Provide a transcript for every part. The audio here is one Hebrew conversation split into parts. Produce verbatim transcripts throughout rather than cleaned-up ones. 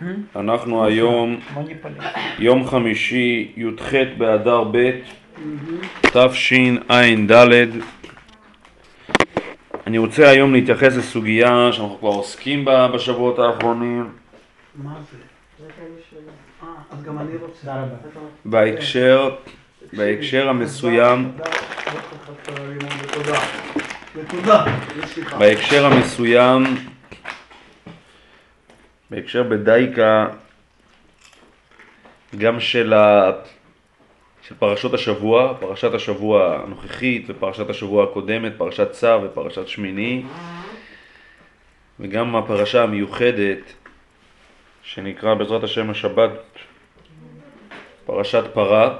אנחנו היום יום חמישי י"ח באדר ב' תשע"ד. אני רוצה היום להתייחס לסוגיה שאנחנו כבר עוסקים בה בשבועות האחרונים. מה זה? אה, אז גם אני רוצה. בהקשר, בהקשר המסוים, תודה. תודה. בהקשר המסוים, בהקשר בדייקה גם של, ה... של פרשות השבוע, פרשת השבוע הנוכחית ופרשת השבוע הקודמת, פרשת צו ופרשת שמיני, וגם הפרשה המיוחדת שנקרא בעזרת השם השבת פרשת פרה.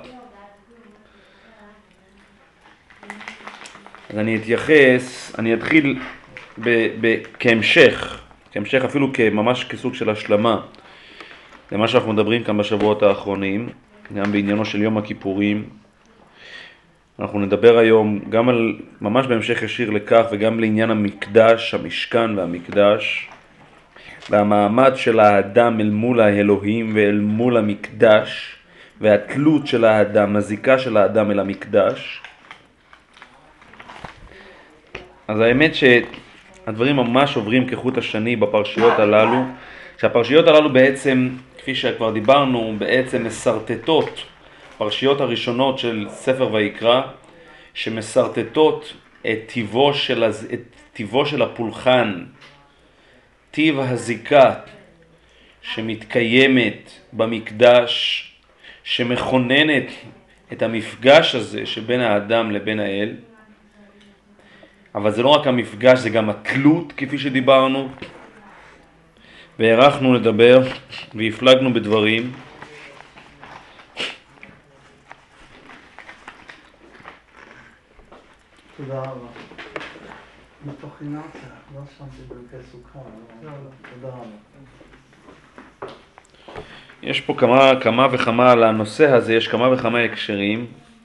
אז אני אתייחס, אני אתחיל ב, ב, כהמשך, כהמשך אפילו ממש כסוג של השלמה למה שאנחנו מדברים כאן בשבועות האחרונים, גם בעניינו של יום הכיפורים. אנחנו נדבר היום גם על, ממש בהמשך ישיר לכך, וגם לעניין המקדש, המשכן והמקדש, והמעמד של האדם אל מול האלוהים ואל מול המקדש, והתלות של האדם, הזיקה של האדם אל המקדש. אז האמת שהדברים ממש עוברים כחוט השני בפרשיות הללו, שהפרשיות הללו בעצם, כפי שכבר דיברנו, בעצם מסרטטות, פרשיות הראשונות של ספר ויקרא, שמסרטטות את טיבו של, את טיבו של הפולחן, טיב הזיקה שמתקיימת במקדש, שמכוננת את המפגש הזה שבין האדם לבין האל. אבל זה לא רק המפגש, זה גם התלות, כפי שדיברנו. והערכנו לדבר והפלגנו בדברים. תודה רבה. מתוכינת, לא שמתי ברכי סוכה. תודה רבה. יש פה כמה, כמה וכמה על הנושא הזה, יש כמה וכמה הקשרים.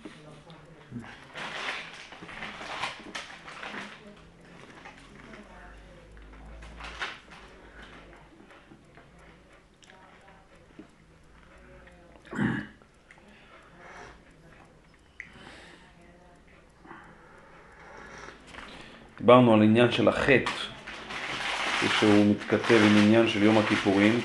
דיברנו על עניין של החטא, שהוא מתכתב עם עניין של יום הכיפורים.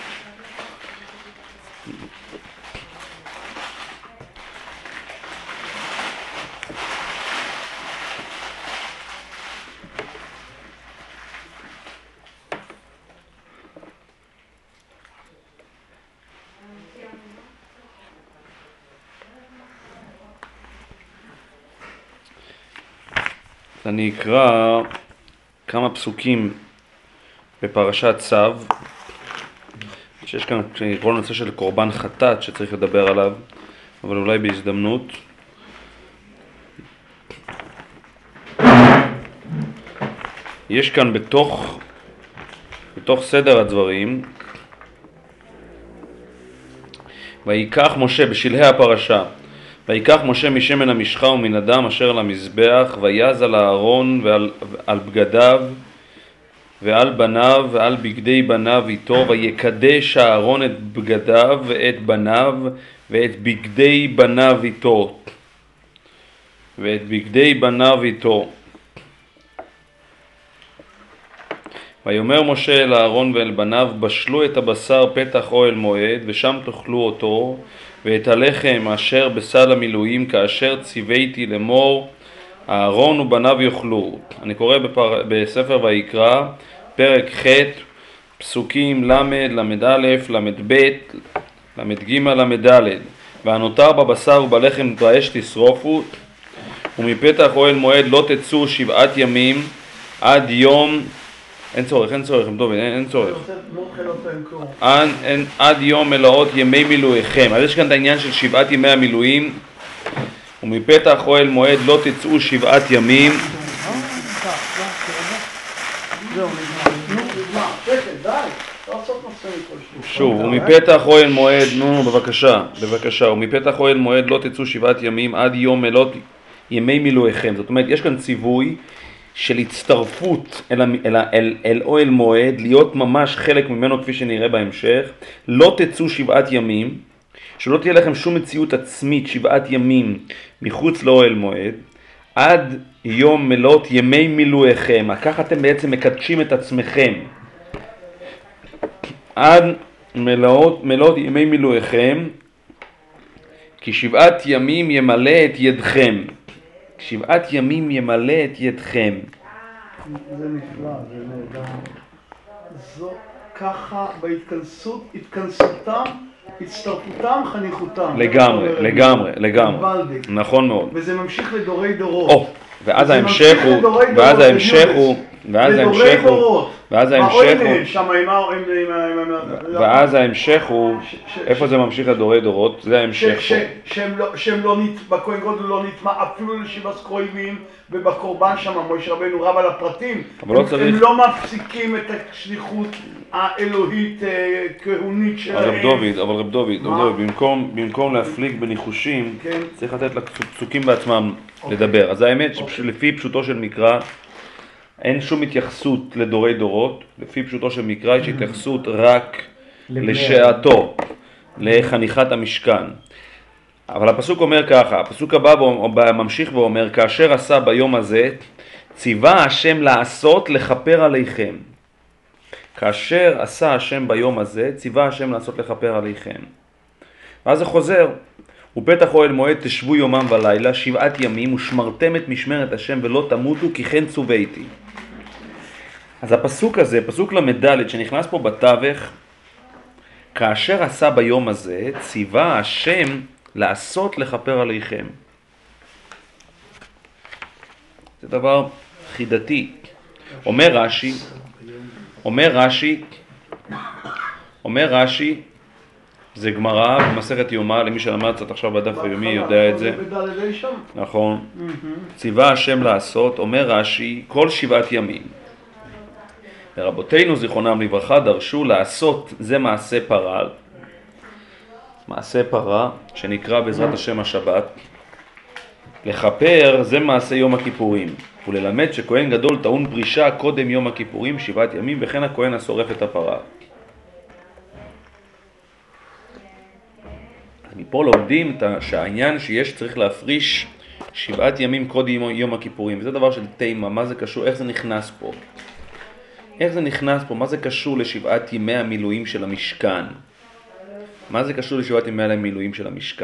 אני אקרא כמה פסוקים בפרשת צו, שיש כאן כל נושא של קורבן חטאת שצריך לדבר עליו, אבל אולי בהזדמנות. יש כאן בתוך, בתוך סדר הדברים, ויקח משה בשלהי הפרשה, ויקח משה משמן המשחה ומן הדם אשר על המזבח, ויז על הארון ועל על בגדיו ועל בניו ועל בגדי בניו איתו, ויקדש הארון את בגדיו ואת בניו ואת בגדי בניו איתו ואת בגדי בניו איתו. ויאמר משה אל הארון ואל בניו, בשלו את הבשר פתח אוהל מועד, ושם תאכלו אותו, ואת הלחם אשר בסל המילואים כאשר ציוויתי לאמור, הארון ובניו יאכלו. אני קורא בפר... בספר ויקרא, פרק ח', פסוקים למד, למד א', למד ב', למד ג', למד ד'. והנותר בבשר ובלחם באש תשרופו, ומפתח אוהל מועד לא תצאו שבעת ימים עד יום, אין צורך, אין צורך, אין, אין צורך. עד, אין, עד יום מלאות ימי מילואיכם. אז יש כאן את העניין של שבעת ימי המילואים. ומפתח אוהל מועד לא תצאו שבעת ימים. שוב, ומפתח אוהל מועד, נו, בבקשה, בבקשה. ומפתח אוהל מועד לא תצאו שבעת ימים עד יום מלאות ימי מילואיכם. זאת אומרת, יש כאן ציווי של הצטרפות אל, אל, אל, אל אוהל מועד, להיות ממש חלק ממנו כפי שנראה בהמשך. לא תצאו שבעת ימים, שלא תהיה לכם שום מציאות עצמית שבעת ימים מחוץ לאוהל מועד, עד יום מלאת ימי מילואיכם. ככה אתם בעצם מקדשים את עצמכם. עד מלאות, מלאות ימי מילואיכם, כי שבעת ימים ימלא את ידכם. שבעת ימים ימלא את ידכם. זה נפלא, זה נהדר. זו ככה בהתכנסות, התכנסותם, הצטרפותם, חניכותם. לגמרי, לגמרי, לגמרי. נכון מאוד. וזה ממשיך לדורי דורות. או, ואז ההמשך הוא, ואז ההמשך הוא, ואז ההמשך הוא, ואז ההמשך הוא, ואז ההמשך הוא, איפה זה ממשיך לדורי דורות? זה ההמשך פה. שהם לא נטמע, בכהן גודל לא נטמע אפילו לשבעת קרובים, ובקורבן שם משה רבנו רב על הפרטים. הם לא מפסיקים את השליחות האלוהית כהונית שלהם. רב דוד, אבל רב דוד, במקום להפליג בניחושים, צריך לתת לפסוקים בעצמם לדבר. אז האמת שלפי פשוטו של מקרא, אין שום התייחסות לדורי דורות. לפי פשוטו של מקרא יש התייחסות רק לשעתו, לחניכת המשכן. אבל הפסוק אומר ככה, הפסוק הבא ממשיך ואומר, כאשר עשה ביום הזה, ציווה השם לעשות לכפר עליכם. כאשר עשה השם ביום הזה, ציווה השם לעשות לכפר עליכם. ואז זה חוזר, ופתח אוהל מועד תשבו יומם ולילה, שבעת ימים, ושמרתם את משמרת השם ולא תמותו, כי כן צוויתי. אז הפסוק הזה, פסוק למדלת שנכנס פה בתווך, כאשר עשה ביום הזה, ציווה השם לעשות לכפר עליכם. זה דבר חידתי. אומר רש"י, אומר רש"י, אומר רש"י, זה גמרא במסכת יומא, למי שלמד קצת עכשיו בדף היומי יודע את זה. נכון. ציווה השם לעשות, אומר רש"י, כל שבעת ימים. ורבותינו זיכרונם לברכה דרשו לעשות, זה מעשה פרה, מעשה פרה שנקרא בעזרת השם השבת. לכפר זה מעשה יום הכיפורים, וללמד שכהן גדול טעון פרישה קודם יום הכיפורים שבעת ימים, וכן הכהן השורף את הפרה. אז מפה לומדים שהעניין שיש צריך להפריש שבעת ימים קודם יום הכיפורים, וזה דבר של תימה. מה זה קשור? איך זה נכנס פה? איך זה נכנס פה? מה זה קשור לשבעת ימי המילואים של המשכן? מה זה קשור לשבעת ימי המילואים של המשכן?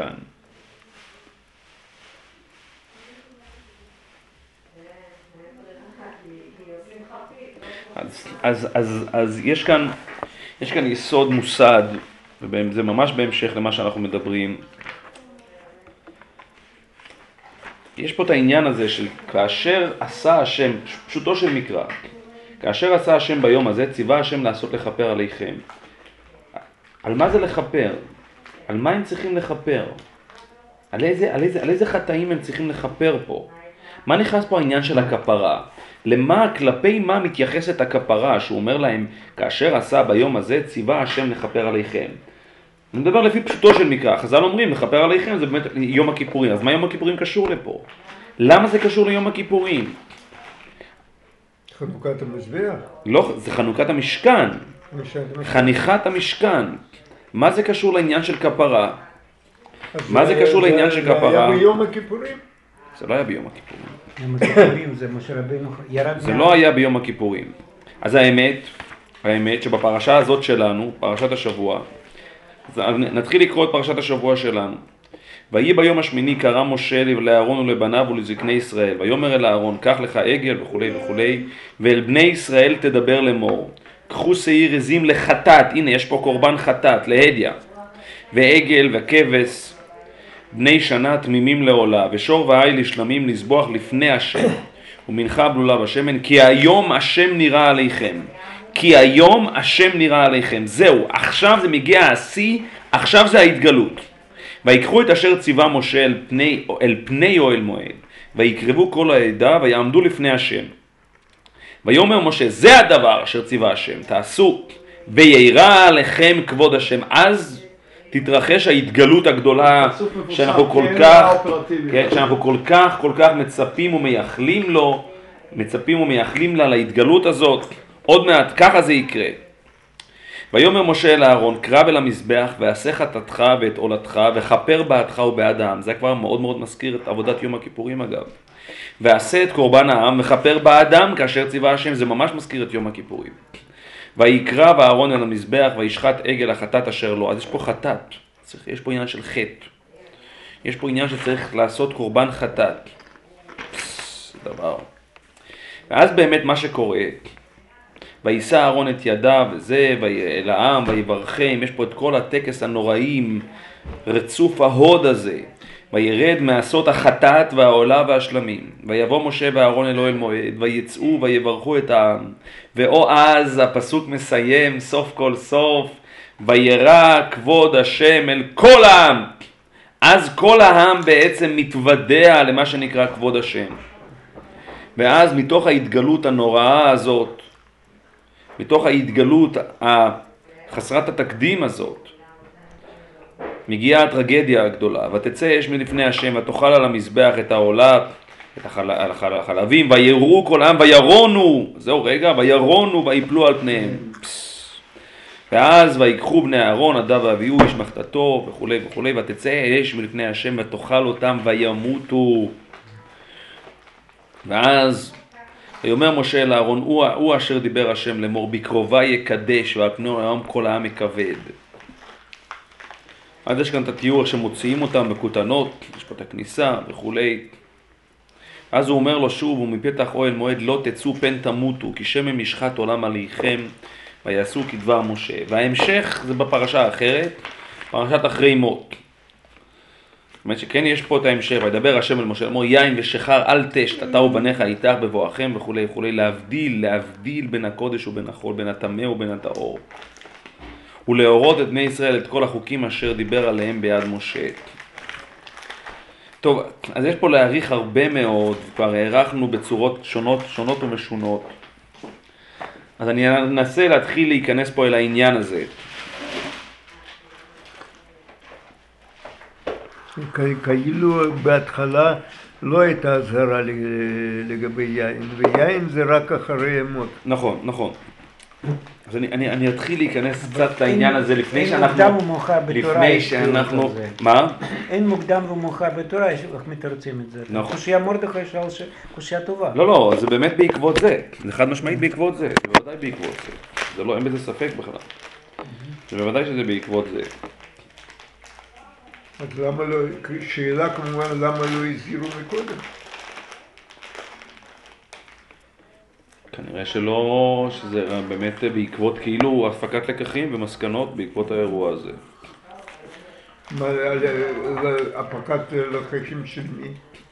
אז, אז, אז, אז יש כאן, יש כאן יסוד מוסד, וזה ממש בהמשך למה שאנחנו מדברים. יש פה את העניין הזה של כאשר עשה השם, פשוטו של מקרא, כאשר עשה השם ביום הזה, ציווה השם לעשות לכפר עליכם. על מה זה לכפר? על מה הם צריכים לכפר? על איזה, על איזה, על איזה חטאים הם צריכים לכפר פה? מה נכנס פה העניין של הכפרה? למה, כלפי מה מתייחסת הכפרה? שהוא אומר להם, כאשר עשה ביום הזה, ציווה השם לכפר עליכם. אני מדבר לפי פשוטו של מקרא. חז"ל אומרים, לכפר עליכם זה באמת יום הכיפורים. אז מה יום הכיפורים קשור לפה? למה זה קשור ליום הכיפורים? חנוכת המזבח? לא, זה חנוכת המשכן. חניכת המשכן. מה זה קשור לעניין של כפרה? מה זה קשור לעניין של כפרה? זה היה ביום הכיפורים? זה לא היה ביום הכיפורים. יום הכיפורים זה משה רבנו ירד. זה לא היה ביום הכיפורים. אז האמת, האמת שבפרשה הזאת שלנו, פרשת השבוע, נתחיל לקרוא את פרשת השבוע שלנו. ויהי ביום השמיני קרא משה לאהרון ולבניו ולזקני ישראל, ויאמר אל אהרון, קח לך עגל וכולי וכולי, ואל בני ישראל תדבר לאמור, קחו שעיר עזים לחטאת, הנה יש פה קורבן חטאת, להדיא, ועגל וכבש בני שנה תמימים לעולה, ושור ועי לשלמים לזבוח לפני השם, ומנחה בלולה בשמן, כי היום השם נראה עליכם. כי היום השם נראה עליכם. זהו, עכשיו זה מגיע השיא, עכשיו זה ההתגלות. ויקחו את אשר ציווה משה אל פני, אל פני אוהל מועד, ויקרבו כל העדה ויעמדו לפני השם. ויאמר משה, זה הדבר אשר ציווה השם, תעשו, וירא עליכם כבוד השם. אז תתרחש ההתגלות הגדולה שאנחנו כל כך, כן, שאנחנו כל כך, כל כך מצפים ומייחלים לו. מצפים ומייחלים לה להתגלות הזאת, עוד מעט ככה זה יקרה. ויאמר משה אל אהרון, קרב אל המזבח ועשה חטאתך ואת עולתך וכפר בעדך ובעד העם. זה כבר מאוד מאוד מזכיר את עבודת יום הכיפורים אגב. ועשה את קורבן העם וכפר בעדם כאשר ציווה השם, זה ממש מזכיר את יום הכיפורים. ויקרב אהרון אל המזבח וישחט עגל החטאת אשר לו. אז יש פה חטאת, יש פה עניין של חטא. יש פה עניין שצריך לעשות קורבן חטאת. דבר. ואז באמת מה שקורה, וישא אהרון את ידיו וזה, אל העם, ויברכם, יש פה את כל הטקס הנוראים, רצוף ההוד הזה, וירד מעשות החטאת והעולה והשלמים, ויבוא משה ואהרון אל אוהל מועד, ויצאו ויברכו את העם, ואו אז הפסוק מסיים סוף כל סוף, וירא כבוד השם אל כל העם. אז כל העם בעצם מתוודע למה שנקרא כבוד השם. ואז מתוך ההתגלות הנוראה הזאת, מתוך ההתגלות החסרת התקדים הזאת, מגיעה הטרגדיה הגדולה. ותצא אש מלפני השם ותאכל על המזבח את העולה, את החל... החלבים, ויראו כל העם וירונו, זהו רגע, וירונו ויפלו על פניהם. ואז ויקחו בני אהרון, נדב ואביהו איש מחתתו וכו' וכו', ותצא אש מלפני השם ותאכל אותם וימותו. ואז ויאמר משה אל אהרון, הוא, הוא אשר דיבר השם לאמור, בקרובה יקדש ועל פני העם כל העם יכבד. אז יש כאן את התיאור שמוציאים אותם בכותנות, יש פה את הכניסה וכו'. אז הוא אומר לו שוב, ומפתח אוהל מועד לא תצאו פן תמותו, כי שמן משחת עולם עליכם ויעשו כדבר משה. וההמשך זה בפרשה האחרת, פרשת אחרי מות. זאת אומרת שכן יש פה את ההמשך, וידבר השם אל משה, אמור יין ושחר אל תשת, אתה ובניך איתך בבואכם וכו' וכו', להבדיל, להבדיל בין הקודש ובין החול, בין הטמא ובין הטהור. ולהורות את בני ישראל את כל החוקים אשר דיבר עליהם ביד משה. טוב, אז יש פה להעריך הרבה מאוד, כבר הערכנו בצורות שונות, שונות ומשונות. אז אני אנסה להתחיל להיכנס פה אל העניין הזה. כאילו בהתחלה לא הייתה הזהרה לגבי יין, ויין זה רק אחרי מות. נכון, נכון. אז אני, אני, אני אתחיל להיכנס קצת לעניין הזה לפני שאנחנו... אין מוקדם ומאוחר בתורה. לפני שאנחנו... מה? אין מוקדם ומאוחר בתורה, איך מתרצים את זה? נכון. קושיה מרדכי שאל קושיה טובה. לא, לא, זה באמת בעקבות זה. זה חד משמעית בעקבות זה. זה בוודאי בעקבות זה. זה לא, אין בזה ספק בכלל. זה בוודאי שזה בעקבות זה. אז למה לא... שאלה כמובן, למה לא הזהירו מקודם? כנראה שלא, שזה באמת בעקבות כאילו הפקת לקחים ומסקנות בעקבות האירוע הזה. מה, הפקת לקחים של מי?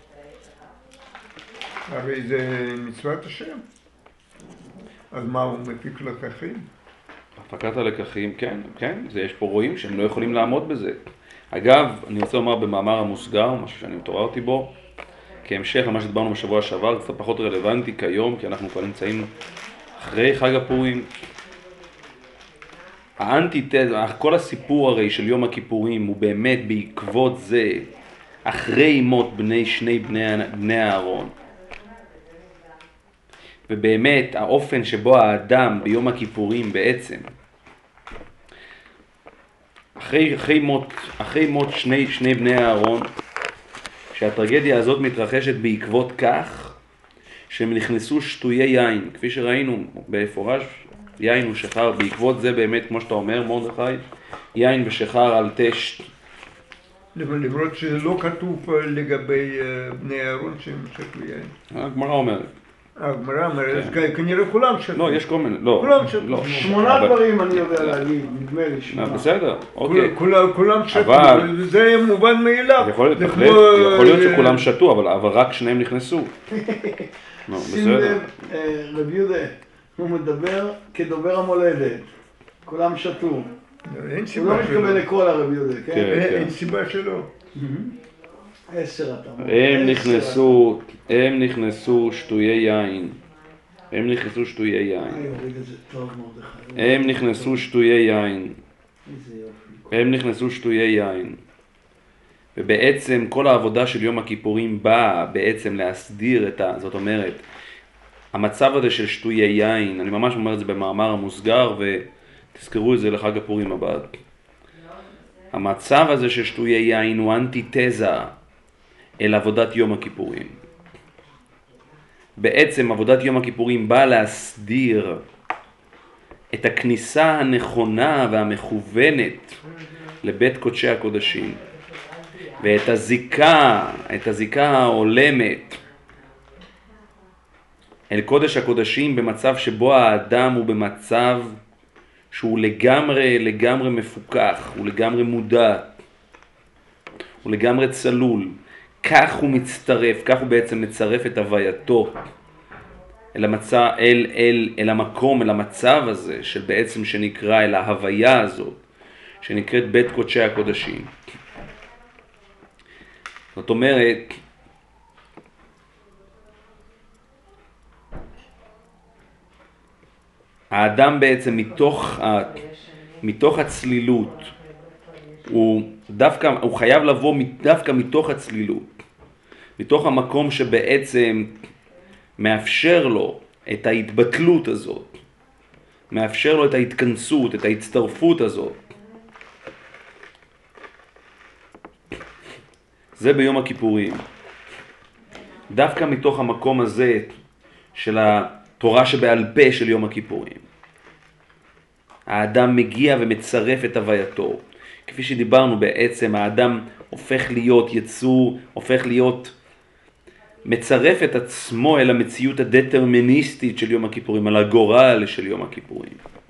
הרי זה מצוות השם. אז מה, הוא מפיק לקחים? הפקת הלקחים, כן, כן, זה יש פה רואים שהם לא יכולים לעמוד בזה. אגב, אני רוצה לומר במאמר המוסגר, משהו שאני מתעוררתי בו, כהמשך למה שדברנו בשבוע שעבר, קצת פחות רלוונטי כיום, כי אנחנו כבר נמצאים אחרי חג הפורים. האנטיתזה, כל הסיפור הרי של יום הכיפורים הוא באמת בעקבות זה, אחרי מות בני שני בני, בני אהרון. ובאמת האופן שבו האדם ביום הכיפורים בעצם, אחרי, אחרי מות, אחרי מות שני, שני בני אהרון, שהטרגדיה הזאת מתרחשת בעקבות כך שהם נכנסו שטויי יין, כפי שראינו בפורש, יין ושחר, בעקבות זה באמת, כמו שאתה אומר מרדכי, יין ושחר על תשת. למרות שזה לא כתוב לגבי בני אהרון שהם שתו יין. הגמרא אומרת. הגמרא אומרת, כנראה כולם שתו. לא, יש כל מיני, לא. כולם שתו. שמונה דברים אני יודע להגיד, נדמה לי שמונה. בסדר, אוקיי. כולם שתו, זה מובן מאליו. יכול להיות שכולם שתו, אבל רק שניהם נכנסו. שים לב, רבי יהודה, הוא מדבר כדובר המולדת. כולם שתו. אין סיבה שלא. הוא לא מתכוון לקרוא לרבי יהודה, כן? אין סיבה שלא. עשר אתה אומר. הם נכנסו, הם נכנסו שטויי יין. הם נכנסו שטויי יין. הם נכנסו שטויי יין. הם נכנסו שטויי יין. ובעצם כל העבודה של יום הכיפורים באה בעצם להסדיר את ה... זאת אומרת, המצב הזה של שטויי יין, אני ממש אומר את זה במאמר המוסגר, ותזכרו את זה לחג הפורים הבא. המצב הזה של שטויי יין הוא אנטיתזה אל עבודת יום הכיפורים. בעצם עבודת יום הכיפורים באה להסדיר את הכניסה הנכונה והמכוונת לבית קודשי הקודשים, ואת הזיקה, את הזיקה ההולמת אל קודש הקודשים במצב שבו האדם הוא במצב שהוא לגמרי, לגמרי מפוקח, הוא לגמרי מודע, הוא לגמרי צלול. כך הוא מצטרף, כך הוא בעצם מצרף את הווייתו אל, המצב, אל, אל, אל המקום, אל המצב הזה, של בעצם שנקרא, אל ההוויה הזאת, שנקראת בית קודשי הקודשים. זאת אומרת, האדם בעצם מתוך, ה, מתוך הצלילות, הוא, דווקא, הוא חייב לבוא דווקא מתוך הצלילות, מתוך המקום שבעצם מאפשר לו את ההתבטלות הזאת, מאפשר לו את ההתכנסות, את ההצטרפות הזאת. זה ביום הכיפורים. דווקא מתוך המקום הזה של התורה שבעל פה של יום הכיפורים, האדם מגיע ומצרף את הווייתו. כפי שדיברנו בעצם, האדם הופך להיות יצור, הופך להיות, מצרף את עצמו אל המציאות הדטרמיניסטית של יום הכיפורים, על הגורל של יום הכיפורים.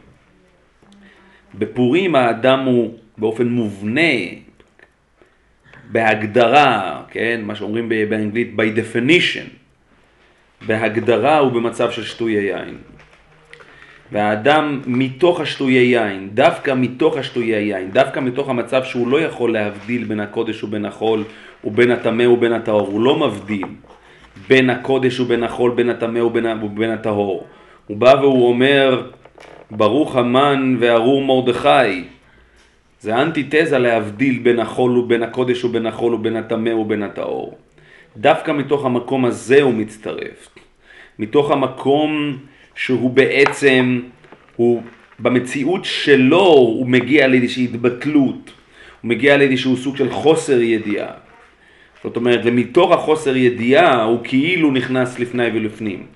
בפורים האדם הוא באופן מובנה, בהגדרה, כן, מה שאומרים באנגלית by definition, בהגדרה הוא במצב של שטויי יין. והאדם מתוך השטויי יין, דווקא מתוך השטויי יין, דווקא מתוך המצב שהוא לא יכול להבדיל בין הקודש ובין החול, ובין הטמא ובין הטהור, הוא לא מבדיל בין הקודש ובין החול, בין הטמא ובין, ובין הטהור. הוא בא והוא אומר, ברוך המן וארור מרדכי. זה אנטיתזה להבדיל בין החול ובין הקודש ובין החול ובין הטמא ובין הטהור. דווקא מתוך המקום הזה הוא מצטרף. מתוך המקום שהוא בעצם, הוא במציאות שלו הוא מגיע לאיזושהי התבטלות, הוא מגיע לאיזשהו סוג של חוסר ידיעה. זאת אומרת, ומתוך החוסר ידיעה הוא כאילו נכנס לפני ולפנים.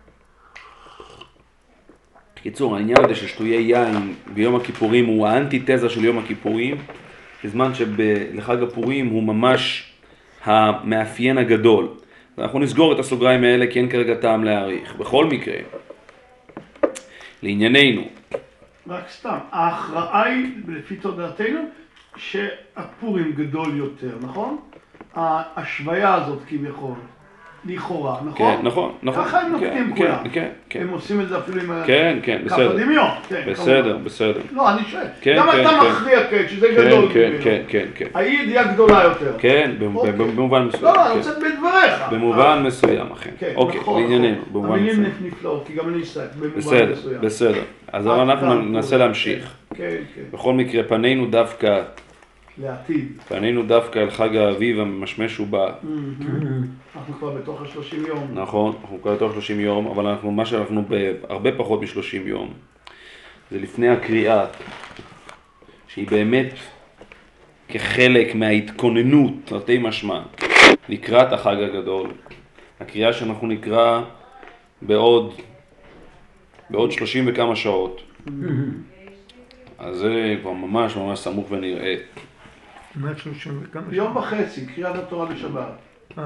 בקיצור, העניין הזה של שטויי יין ביום הכיפורים הוא האנטיתזה של יום הכיפורים, בזמן שלחג הפורים הוא ממש המאפיין הגדול. אנחנו נסגור את הסוגריים האלה כי אין כרגע טעם להאריך. בכל מקרה, לענייננו. רק סתם, ההכרעה היא, לפי תודעתנו, שהפורים גדול יותר, נכון? ההשוויה הזאת כביכול, לכאורה, נכון? כן, נכון, נכון. ככה הם נוקטים כולם. כן, כן. הם עושים את זה אפילו עם כן, כן, כף הדמיון. בסדר, בסדר. לא, אני שואל. כן, גם כן, אתה כן. מכריע כן, שזה גדול. כן, כן, כן, כן. האי ידיעה גדולה יותר. כן, במובן מסוים. לא, אני רוצה בדבריך. במובן מסוים, אכן. כן, אוקיי, נכון. לענייננו, במובן מסוים. המילים נפלאות, כי גם אני אסתכל, במובן בסדר, מסוים. בסדר. אז אנחנו ננסה להמשיך. כן, כן. בכל מקרה, פנינו דווקא, לעתיד. פנינו דווקא אל חג האביב המשמש ובא. אנחנו כבר בתוך ה-שלושים יום. נכון, אנחנו כבר בתוך שלושים יום, אבל אנחנו, מה שאנחנו בהרבה פחות מ-שלושים יום, זה לפני הקריאה, שהיא באמת כחלק מההתכוננות, תרתי משמע, לקראת החג הגדול. הקריאה שאנחנו נקרא בעוד, בעוד שלושים וכמה שעות. אז זה כבר ממש ממש סמוך ונראה. מה שלושים וכמה שעות? יום וחצי, קריאת התורה לשבת. אה.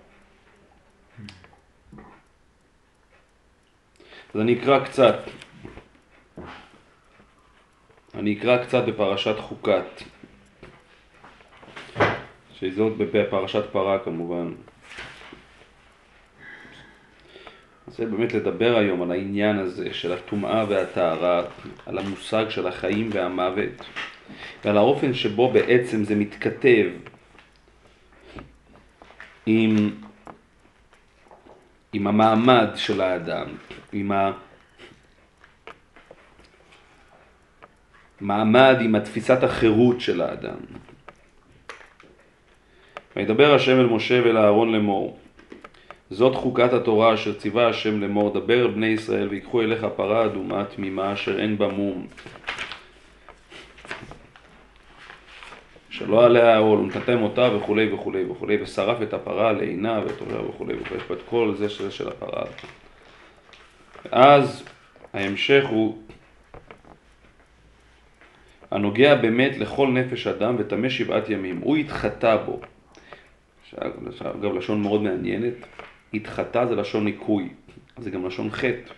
אז אני אקרא קצת. אני אקרא קצת בפרשת חוקת. שזאת בפרשת פרה כמובן. זה באמת לדבר היום על העניין הזה של הטומאה והטהרה, על המושג של החיים והמוות, ועל האופן שבו בעצם זה מתכתב עם, עם המעמד של האדם, עם המעמד, עם התפיסת החירות של האדם. וידבר השם אל משה ואל אהרון לאמור, זאת חוקת התורה אשר ציווה השם לאמור, דבר אל בני ישראל ויקחו אליך פרה אדומה תמימה אשר אין בה מום. שלא עליה העול, ונתתם אותה וכולי וכולי וכולי, ושרף את הפרה לעינה ואת עולה וכולי וכולי, ואת כל זה של, של הפרה. אז ההמשך הוא, הנוגע באמת לכל נפש אדם וטמא שבעת ימים, הוא התחטא בו. אגב, לשון מאוד מעניינת, התחטא זה לשון ניקוי, זה גם לשון חטא.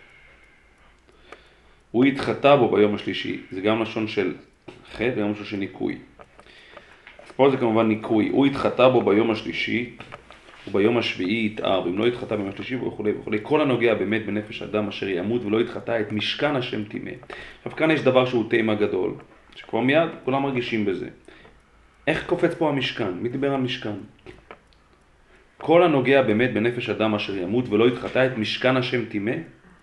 הוא התחטא בו ביום השלישי, זה גם לשון של חטא וגם לשון של ניקוי. פה זה כמובן ניקוי, הוא התחטא בו ביום השלישי, וביום השביעי יתאר, ואם לא התחטא ביום השלישי וכו' וכו'. כל הנוגע באמת בנפש אדם אשר ימות ולא התחטא את משכן השם טימא. עכשיו כאן יש דבר שהוא תימה גדול, שכבר מיד כולם מרגישים בזה. איך קופץ פה המשכן? מי דיבר על משכן? כל הנוגע באמת בנפש אדם אשר ימות ולא התחטא את משכן השם טימא?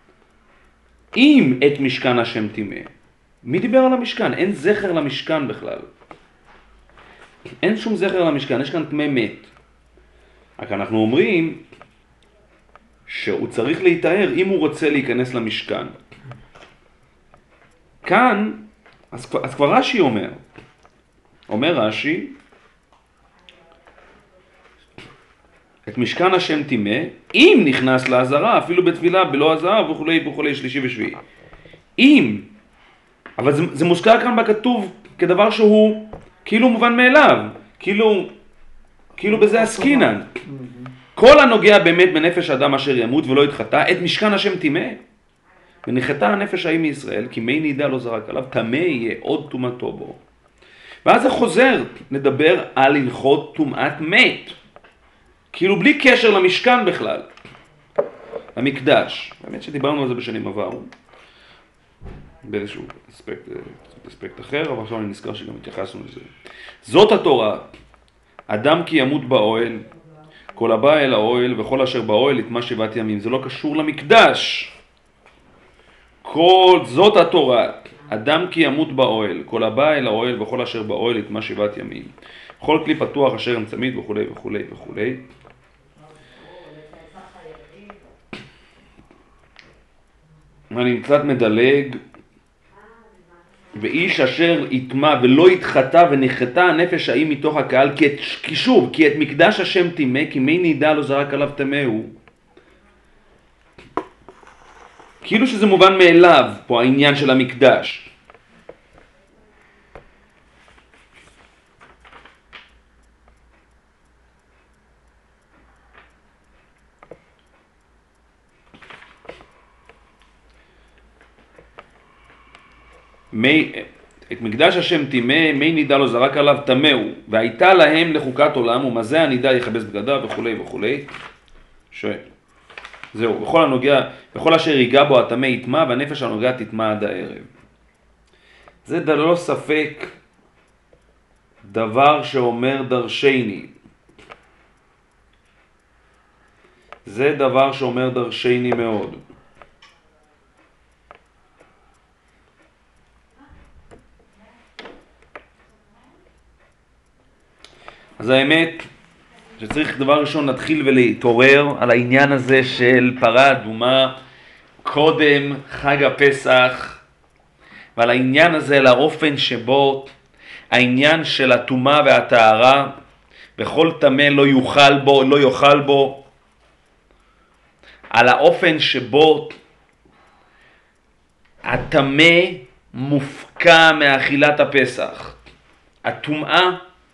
אם את משכן השם טימא. מי דיבר על המשכן? אין זכר למשכן בכלל. אין שום זכר למשכן, יש כאן טמא מת. רק אנחנו אומרים שהוא צריך להתאר אם הוא רוצה להיכנס למשכן. כאן, אז, אז כבר רש"י אומר, אומר רש"י, את משכן השם טימא, אם נכנס לעזרה, אפילו בתפילה, בלא עזרה וכולי וכולי, שלישי ושביעי. אם, אבל זה, זה מוזכר כאן בכתוב כדבר שהוא כאילו מובן מאליו, כאילו, כאילו בזה עסקינן. כל הנוגע באמת בנפש האדם אשר ימות ולא יתחטא, את משכן השם טימא. ונחתה הנפש ההיא מישראל, כי מי נידה לא זרק עליו, טמא יהיה עוד טומאתו בו. ואז זה חוזר לדבר על הלכות טומאת מת. כאילו בלי קשר למשכן בכלל. המקדש. באמת שדיברנו על זה בשנים עברו. באיזשהו אספקט, אספקט אחר, אבל עכשיו אני נזכר שגם התייחסנו לזה. זאת התורה. אדם כי ימות באוהל, כל הבא אל האוהל וכל אשר באוהל יטמא שבעת ימים. זה לא קשור למקדש. כל זאת התורה. אדם כי ימות באוהל, כל הבא אל האוהל וכל אשר באוהל יטמא שבעת ימים. כל כלי פתוח אשר הם צמיד וכולי וכולי וכולי. אני קצת מדלג. ואיש אשר יטמא ולא יתחטא ונחתה הנפש ההיא מתוך הקהל, כי, את, כי שוב, כי את מקדש השם טימא, כי מי נידה לא זרק עליו טמא הוא. כאילו שזה מובן מאליו פה העניין של המקדש. מי, את מקדש השם טימא, מי נידה לא זרק עליו טמא הוא, והייתה להם לחוקת עולם, ומזה הנידה יכבס בגדיו וכולי וכולי. ש... זהו, בכל הנוגע, בכל אשר ייגע בו הטמא יטמא, והנפש הנוגע תטמא עד הערב. זה ללא ספק דבר שאומר דרשני. זה דבר שאומר דרשני מאוד. אז האמת שצריך דבר ראשון להתחיל ולהתעורר על העניין הזה של פרה אדומה קודם חג הפסח, ועל העניין הזה, לאופן שבו העניין של הטומאה והטהרה, וכל טמא לא יאכל בו, לא יאכל בו, על האופן שבו הטמא מופקע מאכילת הפסח. הטומאה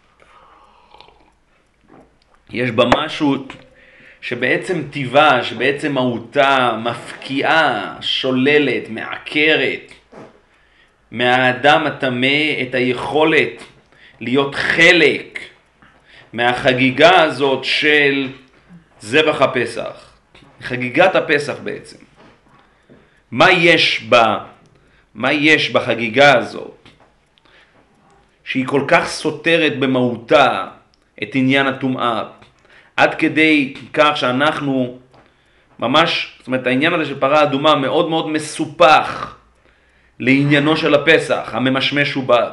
יש בה משהו שבעצם טבעה, שבעצם מהותה מפקיעה, שוללת, מעקרת מהאדם הטמא את היכולת להיות חלק מהחגיגה הזאת של זבח הפסח. חגיגת הפסח בעצם. מה יש בה, מה יש בחגיגה הזאת שהיא כל כך סותרת במהותה את עניין הטומאה, עד כדי כך שאנחנו ממש, זאת אומרת, העניין הזה של פרה אדומה מאוד מאוד מסופח לעניינו של הפסח, הממשמש ובא.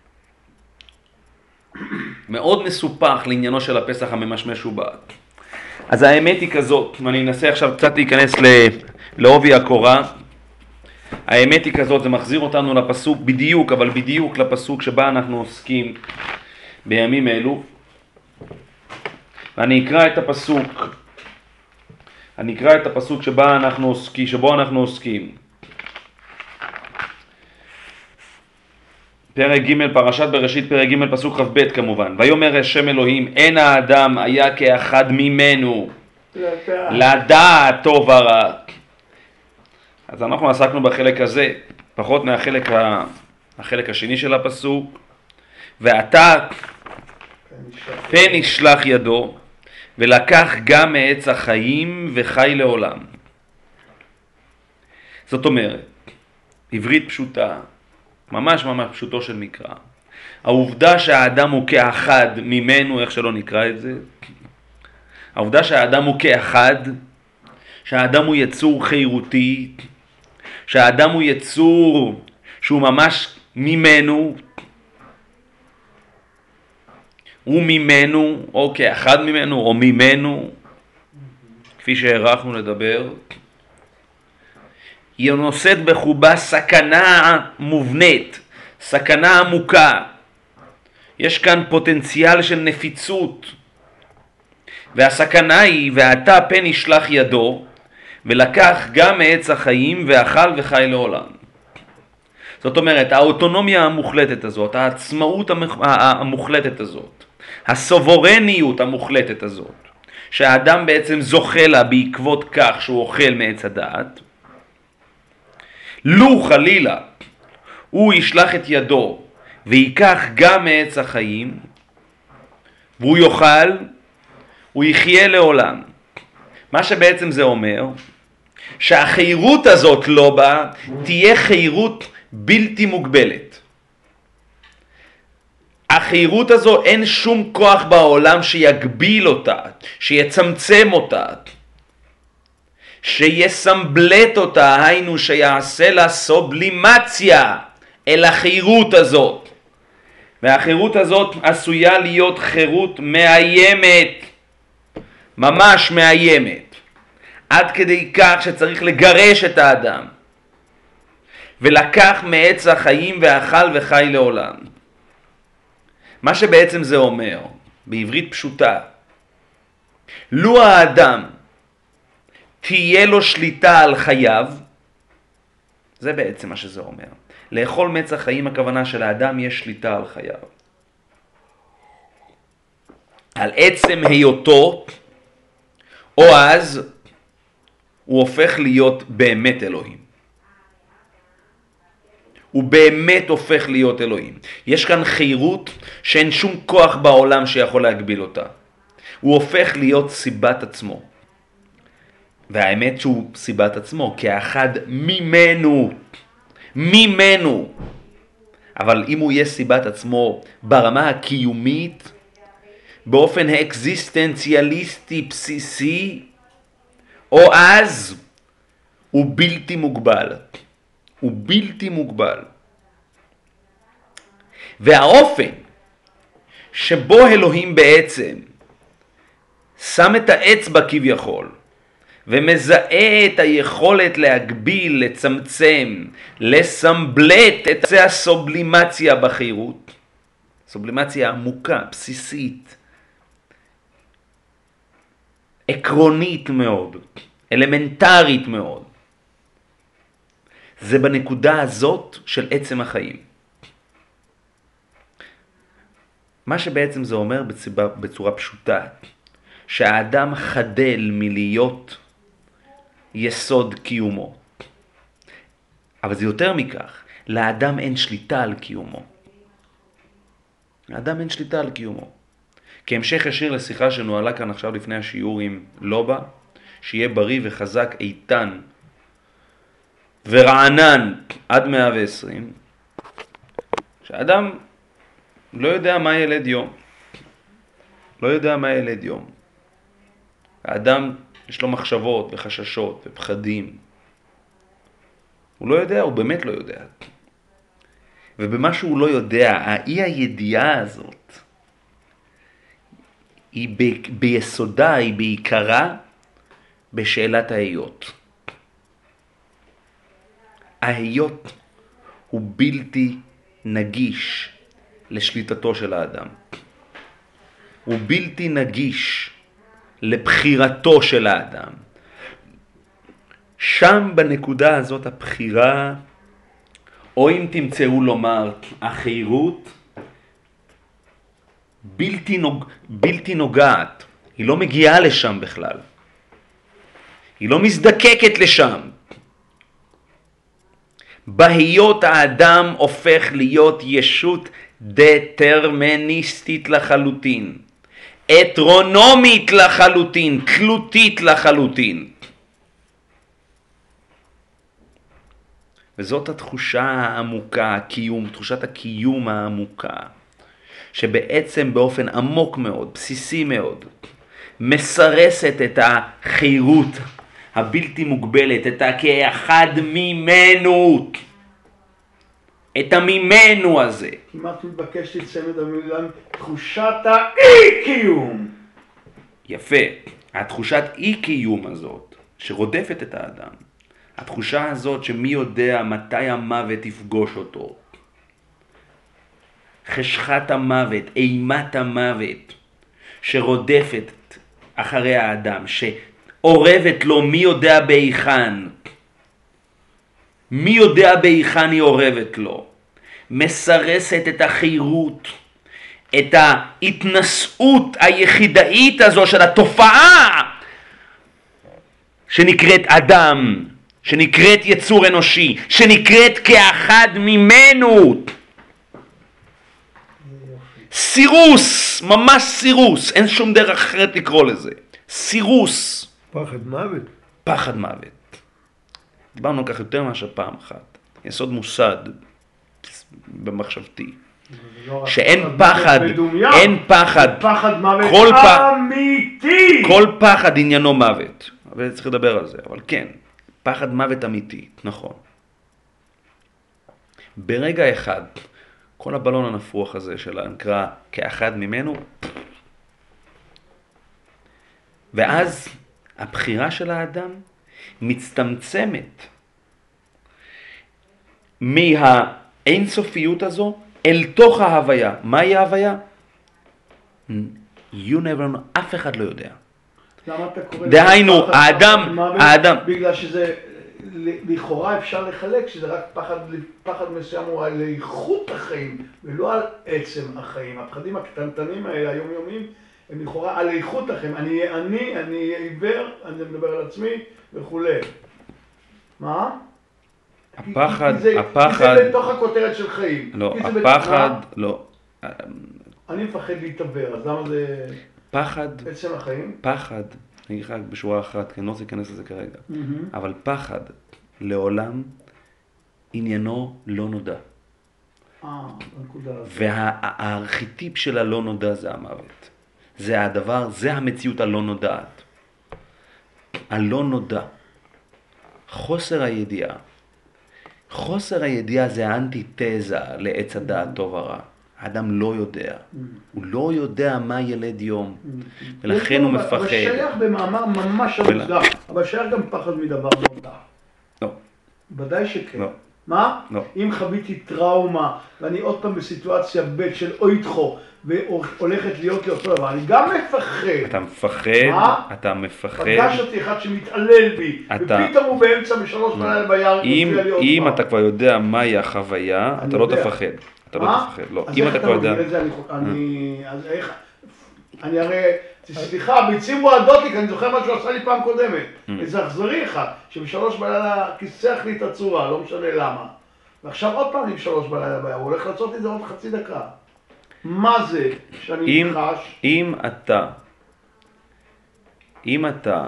מאוד מסופח לעניינו של הפסח, הממשמש ובא. אז האמת היא כזאת, ואני אנסה עכשיו קצת להיכנס לעובי הקורה. האמת היא כזאת, זה מחזיר אותנו לפסוק בדיוק, אבל בדיוק לפסוק שבה אנחנו עוסקים בימים אלו. ואני אקרא את הפסוק, אני אקרא את הפסוק שבה אנחנו עוסקים, שבו אנחנו עוסקים. פרק ג', פרשת בראשית, פרק ג', פסוק כ"ב כמובן. ויאמר השם אלוהים, אין האדם היה כאחד ממנו לדעת טוב ורע. אז אנחנו עסקנו בחלק הזה, פחות מהחלק ה... החלק השני של הפסוק. ועתה פן ישלח ידו ולקח גם מעץ החיים וחי לעולם. זאת אומרת, עברית פשוטה, ממש ממש פשוטו של מקרא. העובדה שהאדם הוא כאחד ממנו, איך שלא נקרא את זה, העובדה שהאדם הוא כאחד, שהאדם הוא יצור חירותי, שהאדם הוא יצור שהוא ממש ממנו, הוא ממנו, או כאחד ממנו, או ממנו, כפי שהערכנו לדבר, היא נושאת בחובה סכנה מובנית, סכנה עמוקה. יש כאן פוטנציאל של נפיצות, והסכנה היא, ועתה פן ישלח ידו, ולקח גם מעץ החיים ואכל וחי לעולם. זאת אומרת, האוטונומיה המוחלטת הזאת, העצמאות המוחלטת הזאת, הסוברניות המוחלטת הזאת, שהאדם בעצם זוכה לה בעקבות כך שהוא אוכל מעץ הדעת, לו חלילה הוא ישלח את ידו ויקח גם מעץ החיים והוא יאכל, הוא יחיה לעולם. מה שבעצם זה אומר, שהחירות הזאת לא בה תהיה חירות בלתי מוגבלת. החירות הזו אין שום כוח בעולם שיגביל אותה, שיצמצם אותה, שיסמבלט אותה, היינו שיעשה לה סובלימציה אל החירות הזאת. והחירות הזאת עשויה להיות חירות מאיימת, ממש מאיימת, עד כדי כך שצריך לגרש את האדם. ולקח מעץ החיים ואכל וחי לעולם. מה שבעצם זה אומר, בעברית פשוטה, לו האדם תהיה לו שליטה על חייו, זה בעצם מה שזה אומר. לאכול מעץ החיים, הכוונה של האדם יש שליטה על חייו. על עצם היותו, או אז הוא הופך להיות באמת אלוהים. הוא באמת הופך להיות אלוהים. יש כאן חירות שאין שום כוח בעולם שיכול להגביל אותה. הוא הופך להיות סיבת עצמו. והאמת שהוא סיבת עצמו, כאחד ממנו. ממנו. אבל אם הוא יהיה סיבת עצמו ברמה הקיומית, באופן האקזיסטנציאליסטי בסיסי, או אז הוא בלתי מוגבל. הוא בלתי מוגבל. והאופן שבו אלוהים בעצם שם את האצבע כביכול, ומזהה את היכולת להגביל, לצמצם, לסמבלט את זה הסובלימציה בחירות, סובלימציה עמוקה, בסיסית, עקרונית מאוד, אלמנטרית מאוד. זה בנקודה הזאת של עצם החיים. מה שבעצם זה אומר בצורה, בצורה פשוטה, שהאדם חדל מלהיות יסוד קיומו. אבל זה יותר מכך, לאדם אין שליטה על קיומו. לאדם אין שליטה על קיומו. כהמשך ישיר לשיחה שנועלה כאן עכשיו לפני השיעור עם לובה, שיהיה בריא וחזק, איתן ורענן עד מאה ועשרים, שהאדם לא יודע מה ילד יום. לא יודע מה ילד יום. האדם יש לו מחשבות וחששות ופחדים. הוא לא יודע, הוא באמת לא יודע. ובמה שהוא לא יודע, האי הידיעה הזאת, היא ב- ביסודה, היא בעיקרה, בשאלת ההיות. ההיות הוא בלתי נגיש לשליטתו של האדם. הוא בלתי נגיש לבחירתו של האדם. שם בנקודה הזאת הבחירה, או אם תמצאו לומר החירות, בלתי, נוג... בלתי נוגעת. היא לא מגיעה לשם בכלל. היא לא מזדקקת לשם. בהיות האדם הופך להיות ישות דטרמיניסטית לחלוטין. אטרונומית לחלוטין, תלותית לחלוטין. וזאת התחושה העמוקה, הקיום, תחושת הקיום העמוקה, שבעצם באופן עמוק מאוד, בסיסי מאוד, מסרסת את החירות הבלתי מוגבלת, את הכאחד ממנו, את הממנו הזה. כמעט מתבקש לצמד המילה תחושת האי-קיום. יפה, התחושת אי-קיום הזאת, שרודפת את האדם, התחושה הזאת שמי יודע מתי המוות יפגוש אותו, חשכת המוות, אימת המוות, שרודפת אחרי האדם, שעורבת לו מי יודע בהיכן, מי יודע בהיכן היא עורבת לו, מסרסת את החירות, את ההתנשאות היחידאית הזו של התופעה שנקראת אדם, שנקראת יצור אנושי, שנקראת כאחד ממנו. סירוס, ממש סירוס, אין שום דרך אחרת לקרוא לזה. סירוס. פחד מוות. פחד מוות. דיברנו כך יותר מאשר פעם אחת. יסוד מוסד במחשבתי. שאין פחד, אין פחד. פחד מוות כל אמיתי. כל פחד עניינו מוות. אבל צריך לדבר על זה, אבל כן. פחד מוות אמיתי, נכון. ברגע אחד, כל הבלון הנפוח הזה שלה נקרא כאחד ממנו, ואז הבחירה של האדם מצטמצמת מהאינסופיות הזו אל תוך ההוויה. מהי ההוויה? You never know, אף אחד לא יודע. למה אתה קורא דהיינו, האדם, האדם. בגלל שזה, לכאורה אפשר לחלק, שזה רק פחד, פחד מסוים הוא על איכות החיים, ולא על עצם החיים. הפחדים הקטנטנים האלה, היומיומיים, הם לכאורה על איכות החיים. אני אהיה אני, אני אהיה עיוור, אני מדבר על עצמי וכו'. מה? הפחד, כי זה, הפחד. כי זה בתוך הכותרת של חיים. לא, הפחד, לא. אני מפחד להתעבר, אז למה זה... פחד, עצם החיים? פחד, אני אגיד לך בשורה אחת, כי אני לא רוצה להיכנס לזה כרגע, אבל פחד לעולם עניינו לא נודע. אה, הנקודה הזאת. והארכיטיפ של הלא נודע זה המוות. זה הדבר, זה המציאות הלא נודעת. הלא נודע. חוסר הידיעה. חוסר הידיעה זה האנטיתזה לעץ הדעת טוב ורע. האדם לא יודע. הוא לא יודע מה ילד יום. ולכן הוא מפחד. אבל שייך במאמר ממש עבודה. אבל שייך גם פחד מדבר נודע. לא. ודאי שכן. לא. מה? לא. אם חוויתי טראומה, ואני עוד פעם בסיטואציה ב' של אויתחו, והולכת להיות לי אותו דבר, אני גם מפחד. אתה מפחד, מה? אתה מפחד. פגש אותי אחד שמתעלל בי, אתה... ופתאום הוא באמצע בשלוש בלילה ביער, אם, אם אתה כבר יודע מהי החוויה, אתה לא יודע. תפחד. אתה מה? לא תפחד, לא. אז אם איך אתה כבר יודע... מגדיר את זה? אני, אני, אז איך... אני הרי... סליחה, ביצים רועדות לי, כי אני זוכר מה שהוא עשה לי פעם קודמת. איזה אכזרי אחד, שבשלוש בלילה כיסח לי את הצורה, לא משנה למה. ועכשיו עוד פעם אני בשלוש בלילה ביער, הוא הולך לעשות את זה עוד חצי דקה. מה זה שאני אם, חש? אם אתה, אם אתה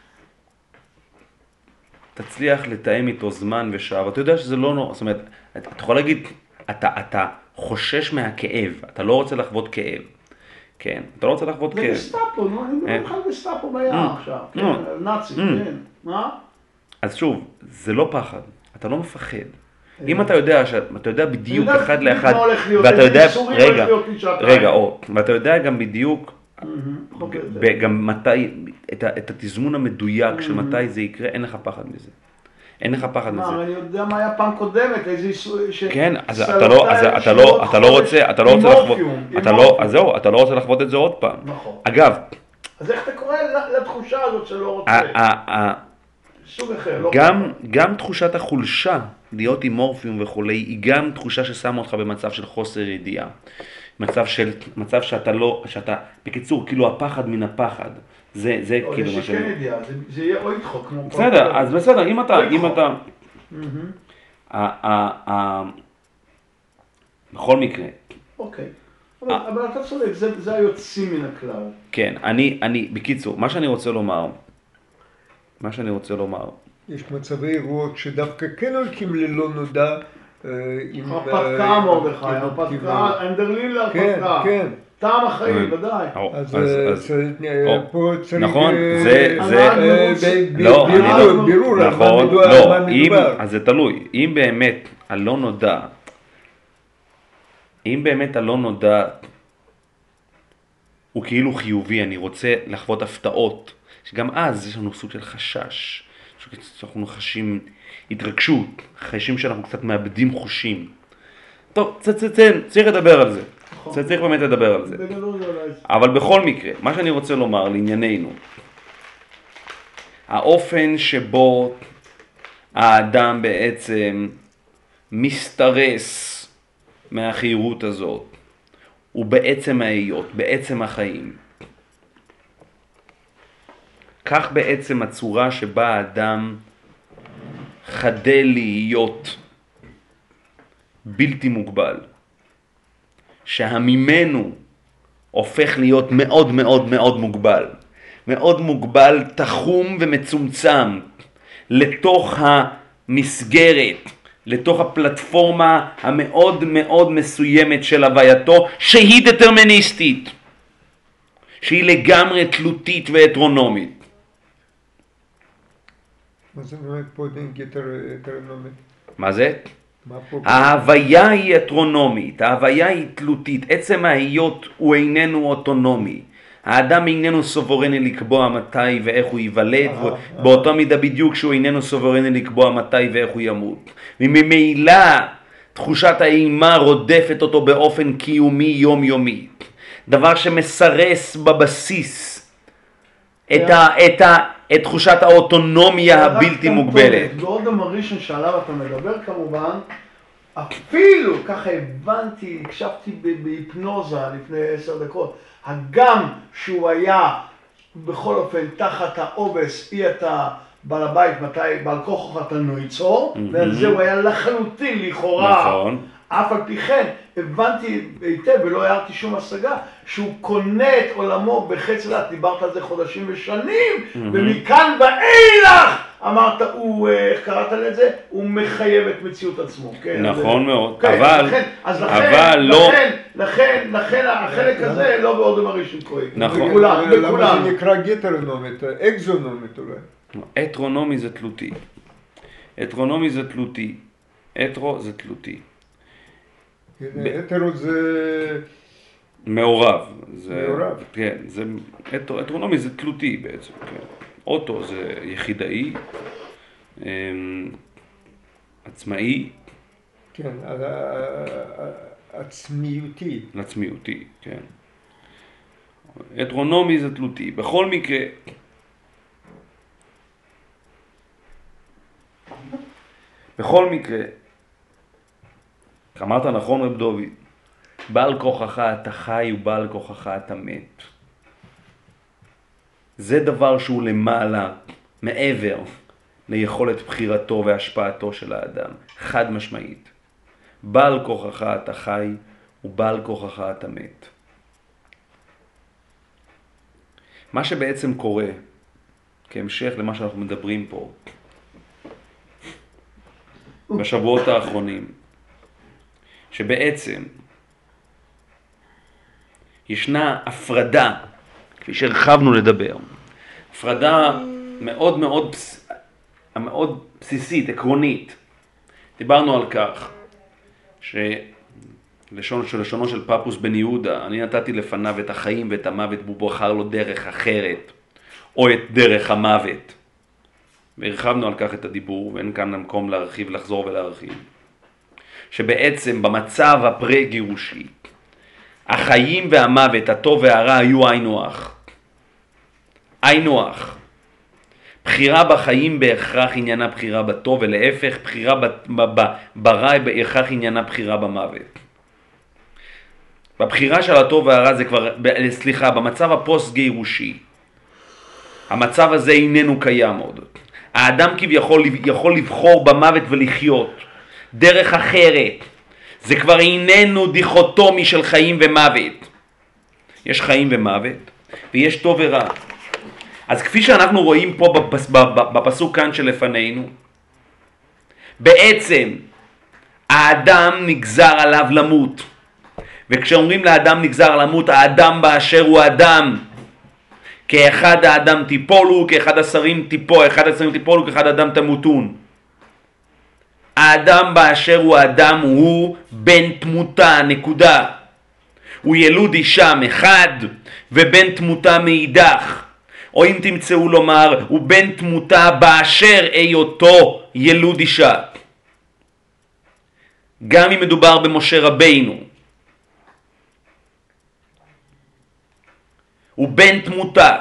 תצליח לתאם איתו זמן ושעה, ואתה יודע שזה לא נורא, זאת אומרת, אתה יכול להגיד, אתה, אתה חושש מהכאב, אתה לא רוצה לחוות כאב, כן? אתה לא רוצה לחוות כאב. זה גסטאפו, נו, אני מדבר לך על גסטאפו ביער עכשיו, כן, נאצי, כן, מה? אז שוב, זה לא פחד, אתה לא מפחד. אם אתה יודע, אתה יודע בדיוק אחד לאחד, ואתה יודע, רגע, רגע, או, ואתה יודע גם בדיוק גם מתי, את התזמון המדויק של מתי זה יקרה, אין לך פחד מזה. אין לך פחד מזה. מה, אני יודע מה היה פעם קודמת, איזה איסור... כן, אז אתה לא רוצה, אתה לא רוצה לחוות, אז זהו, אתה לא רוצה לחוות את זה עוד פעם. נכון. אגב, אז איך אתה קורא לתחושה הזאת שלא רוצה? סוג אחר, לא גם, גם תחושת החולשה, להיות עם מורפיום וכולי, היא גם תחושה ששמה אותך במצב של חוסר ידיעה. מצב של, מצב שאתה לא, שאתה, בקיצור, כאילו הפחד מן הפחד. זה, זה לא, כאילו מה שאני... זה ידיעה, זה יהיה או ידחוק כמו... בסדר, אז בסדר, אם אתה, אם אתה... בכל מקרה. אוקיי. אבל אתה צודק, זה היוצאים מן הכלל. כן, אני, אני, בקיצור, מה שאני רוצה לומר, מה שאני רוצה לומר. יש מצבי אירוע שדווקא כן הולכים ללא נודע. הרפתקה מרדכי, הרפתקה, אנדרלין להרפתקה. כן, כן. טעם החיים, ודאי. אז פה צריך... נכון, זה... בירור, בירור, נכון, לא, אז זה תלוי. אם באמת הלא נודע, אם באמת הלא נודע הוא כאילו חיובי, אני רוצה לחוות הפתעות, שגם אז יש לנו סוג של חשש, שאנחנו חשים התרגשות, חשים שאנחנו קצת מאבדים חושים. טוב, צריך לדבר על זה. צריך באמת לדבר על זה. אבל בכל מקרה, מה שאני רוצה לומר לענייננו, האופן שבו האדם בעצם מסתרס מהחירות הזאת, הוא בעצם ההיות, בעצם החיים. כך בעצם הצורה שבה האדם חדל להיות בלתי מוגבל, שהממנו הופך להיות מאוד מאוד מאוד מוגבל, מאוד מוגבל, תחום ומצומצם לתוך המסגרת, לתוך הפלטפורמה המאוד מאוד מסוימת של הווייתו, שהיא דטרמיניסטית, שהיא לגמרי תלותית והטרונומית. מה זה באמת פה הטרונומית? מה זה? ההוויה היא אטרונומית, ההוויה היא תלותית, עצם ההיות הוא איננו אוטונומי. האדם איננו סוברני לקבוע מתי ואיך הוא ייוולד, באותה מידה בדיוק שהוא איננו סוברני לקבוע מתי ואיך הוא ימות. וממילא תחושת האימה רודפת אותו באופן קיומי יומיומי. דבר שמסרס בבסיס את, ה, את, ה, את תחושת האוטונומיה הבלתי מוגבלת. גורדון הראשון שעליו אתה מדבר כמובן, אפילו ככה הבנתי, הקשבתי בהיפנוזה לפני עשר דקות, הגם שהוא היה בכל אופן תחת העובס, אי אתה בעל הבית, מתי בעל כוחו אתה נויצור, ועל זה הוא היה לחלוטין לכאורה. נכון. אף על פי כן, הבנתי היטב ולא הערתי שום השגה, שהוא קונה את עולמו בחץ דת, דיברת על זה חודשים ושנים, ומכאן ואילך, אמרת, הוא, איך קראת לזה? הוא מחייב את מציאות עצמו. נכון מאוד, אבל לא... לכן, לכן החלק הזה לא בעוד הראשון כהן. נכון. למה זה נקרא גטרונומית, אקזונומית אולי? אטרונומי זה תלותי. אטרונומי זה תלותי. אטרו זה תלותי. אטרו זה... מעורב. מעורב. כן, זה... אטרונומי זה תלותי בעצם, כן. אוטו זה יחידאי, עצמאי. כן, עצמיותי. עצמיותי, כן. אטרונומי זה תלותי. בכל מקרה, בכל מקרה, אמרת נכון רב דוד, בעל כוחך אתה חי ובעל כוחך אתה מת. זה דבר שהוא למעלה, מעבר ליכולת בחירתו והשפעתו של האדם. חד משמעית. בעל כוחך אתה חי ובעל כוחך אתה מת. מה שבעצם קורה, כהמשך למה שאנחנו מדברים פה, בשבועות האחרונים, שבעצם ישנה הפרדה, כפי שהרחבנו לדבר, הפרדה מאוד מאוד, מאוד בסיסית, עקרונית. דיברנו על כך לשון של לשונו של פפוס בן יהודה, אני נתתי לפניו את החיים ואת המוות, והוא בחר לו דרך אחרת, או את דרך המוות. והרחבנו על כך את הדיבור, ואין כאן מקום להרחיב, לחזור ולהרחיב. שבעצם במצב הפרה-גירושי, החיים והמוות, הטוב והרע, היו היינו הך. היינו הך. בחירה בחיים בהכרח עניינה בחירה בטוב, ולהפך, בחירה ברע בהכרח עניינה בחירה במוות. בבחירה של הטוב והרע זה כבר, סליחה, במצב הפוסט-גירושי, המצב הזה איננו קיים עוד. האדם כביכול יכול לבחור במוות ולחיות דרך אחרת. זה כבר איננו דיכוטומי של חיים ומוות. יש חיים ומוות ויש טוב ורע. אז כפי שאנחנו רואים פה בפס, בפסוק כאן שלפנינו, בעצם האדם נגזר עליו למות. וכשאומרים לאדם נגזר למות, האדם באשר הוא אדם, כאחד האדם תיפולו, כאחד השרים תיפול, אחד השרים תיפולו, כאחד האדם תמותון. האדם באשר הוא אדם הוא בן תמותה, נקודה. הוא ילוד אישה מחד ובן תמותה מאידך. או אם תמצאו לומר, הוא בן תמותה באשר היותו ילוד אישה. גם אם מדובר במשה רבינו, הוא בן תמותה,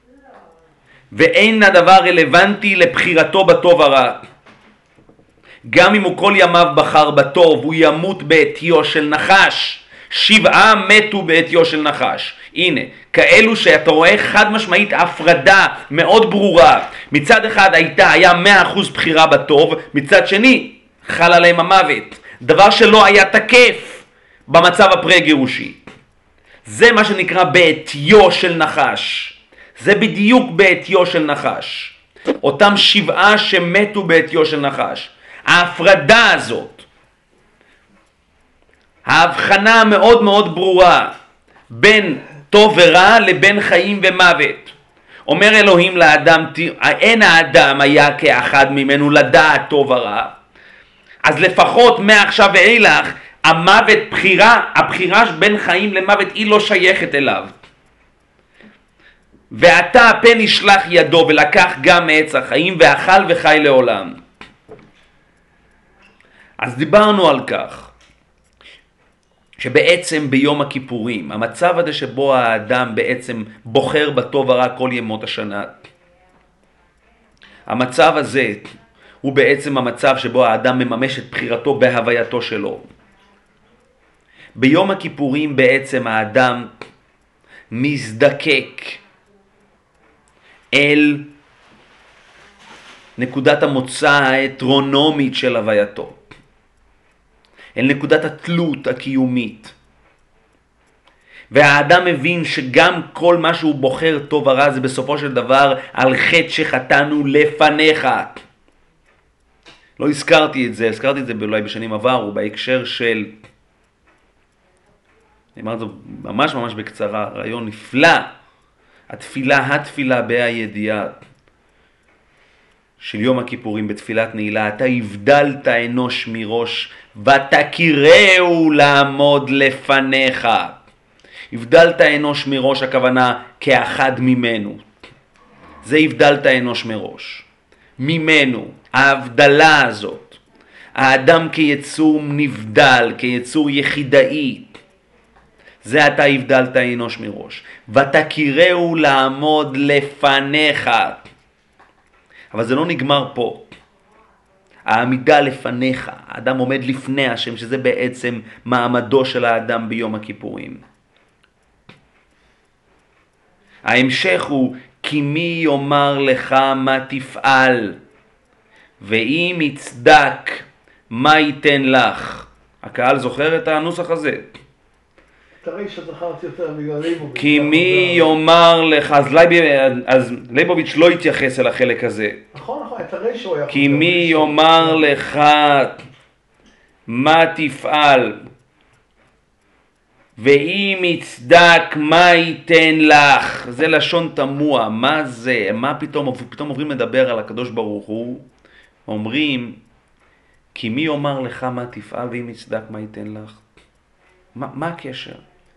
ואין הדבר רלוונטי לבחירתו בטוב הרע. גם אם הוא כל ימיו בחר בטוב, הוא ימות בעטיו של נחש. שבעה מתו בעטיו של נחש. הנה, כאלו שאתה רואה חד משמעית הפרדה מאוד ברורה. מצד אחד הייתה, היה מאה אחוז בחירה בטוב, מצד שני חל עליהם המוות. דבר שלא היה תקף במצב הפרה-גירושי. זה מה שנקרא בעטיו של נחש. זה בדיוק בעטיו של נחש. אותם שבעה שמתו בעטיו של נחש. ההפרדה הזאת, ההבחנה המאוד מאוד ברורה בין טוב ורע לבין חיים ומוות. אומר אלוהים לאדם, אין האדם היה כאחד ממנו לדעת טוב ורע. אז לפחות מעכשיו ואילך, המוות, בחירה, הבחירה בין חיים למוות היא לא שייכת אליו. ואתה פן ישלח ידו ולקח גם מעץ החיים ואכל וחי לעולם. אז דיברנו על כך שבעצם ביום הכיפורים, המצב הזה שבו האדם בעצם בוחר בטוב ורע כל ימות השנה, המצב הזה הוא בעצם המצב שבו האדם מממש את בחירתו בהווייתו שלו. ביום הכיפורים בעצם האדם מזדקק אל נקודת המוצא האטרונומית של הווייתו, אל נקודת התלות הקיומית. והאדם מבין שגם כל מה שהוא בוחר טוב ורע זה בסופו של דבר על חטא שחטאנו לפניך. לא הזכרתי את זה, הזכרתי את זה אולי בשנים עברו, בהקשר של, אני אומר את זה ממש ממש בקצרה, רעיון נפלא, התפילה, התפילה בהידיעה של יום הכיפורים בתפילת נעילה, אתה הבדלת אנוש מראש ותכירהו לעמוד לפניך. הבדלת אנוש מראש, הכוונה כאחד ממנו. זה הבדלת אנוש מראש. ממנו, ההבדלה הזאת. האדם כיצור נבדל, כיצור יחידאי. זה אתה הבדלת אנוש מראש. ותכירהו לעמוד לפניך. אבל זה לא נגמר פה. העמידה לפניך, האדם עומד לפני השם, שזה בעצם מעמדו של האדם ביום הכיפורים. ההמשך הוא, כי מי יאמר לך מה תפעל, ואם יצדק מה ייתן לך. הקהל זוכר את הנוסח הזה? תראי שזכרתי יותר בגלל ליבוביץ'. כי מי יאמר לך, אז, לייב, אז ליבוביץ' לא התייחס אל החלק הזה. נכון, נכון, תראי שהוא היה... כי מי יאמר לך מה תפעל, ואם יצדק מה ייתן לך. זה לשון תמוה, מה זה? מה פתאום, פתאום עוברים לדבר על הקדוש ברוך הוא, אומרים, כי מי יאמר לך מה תפעל, ואם יצדק מה ייתן לך. מה, מה הקשר?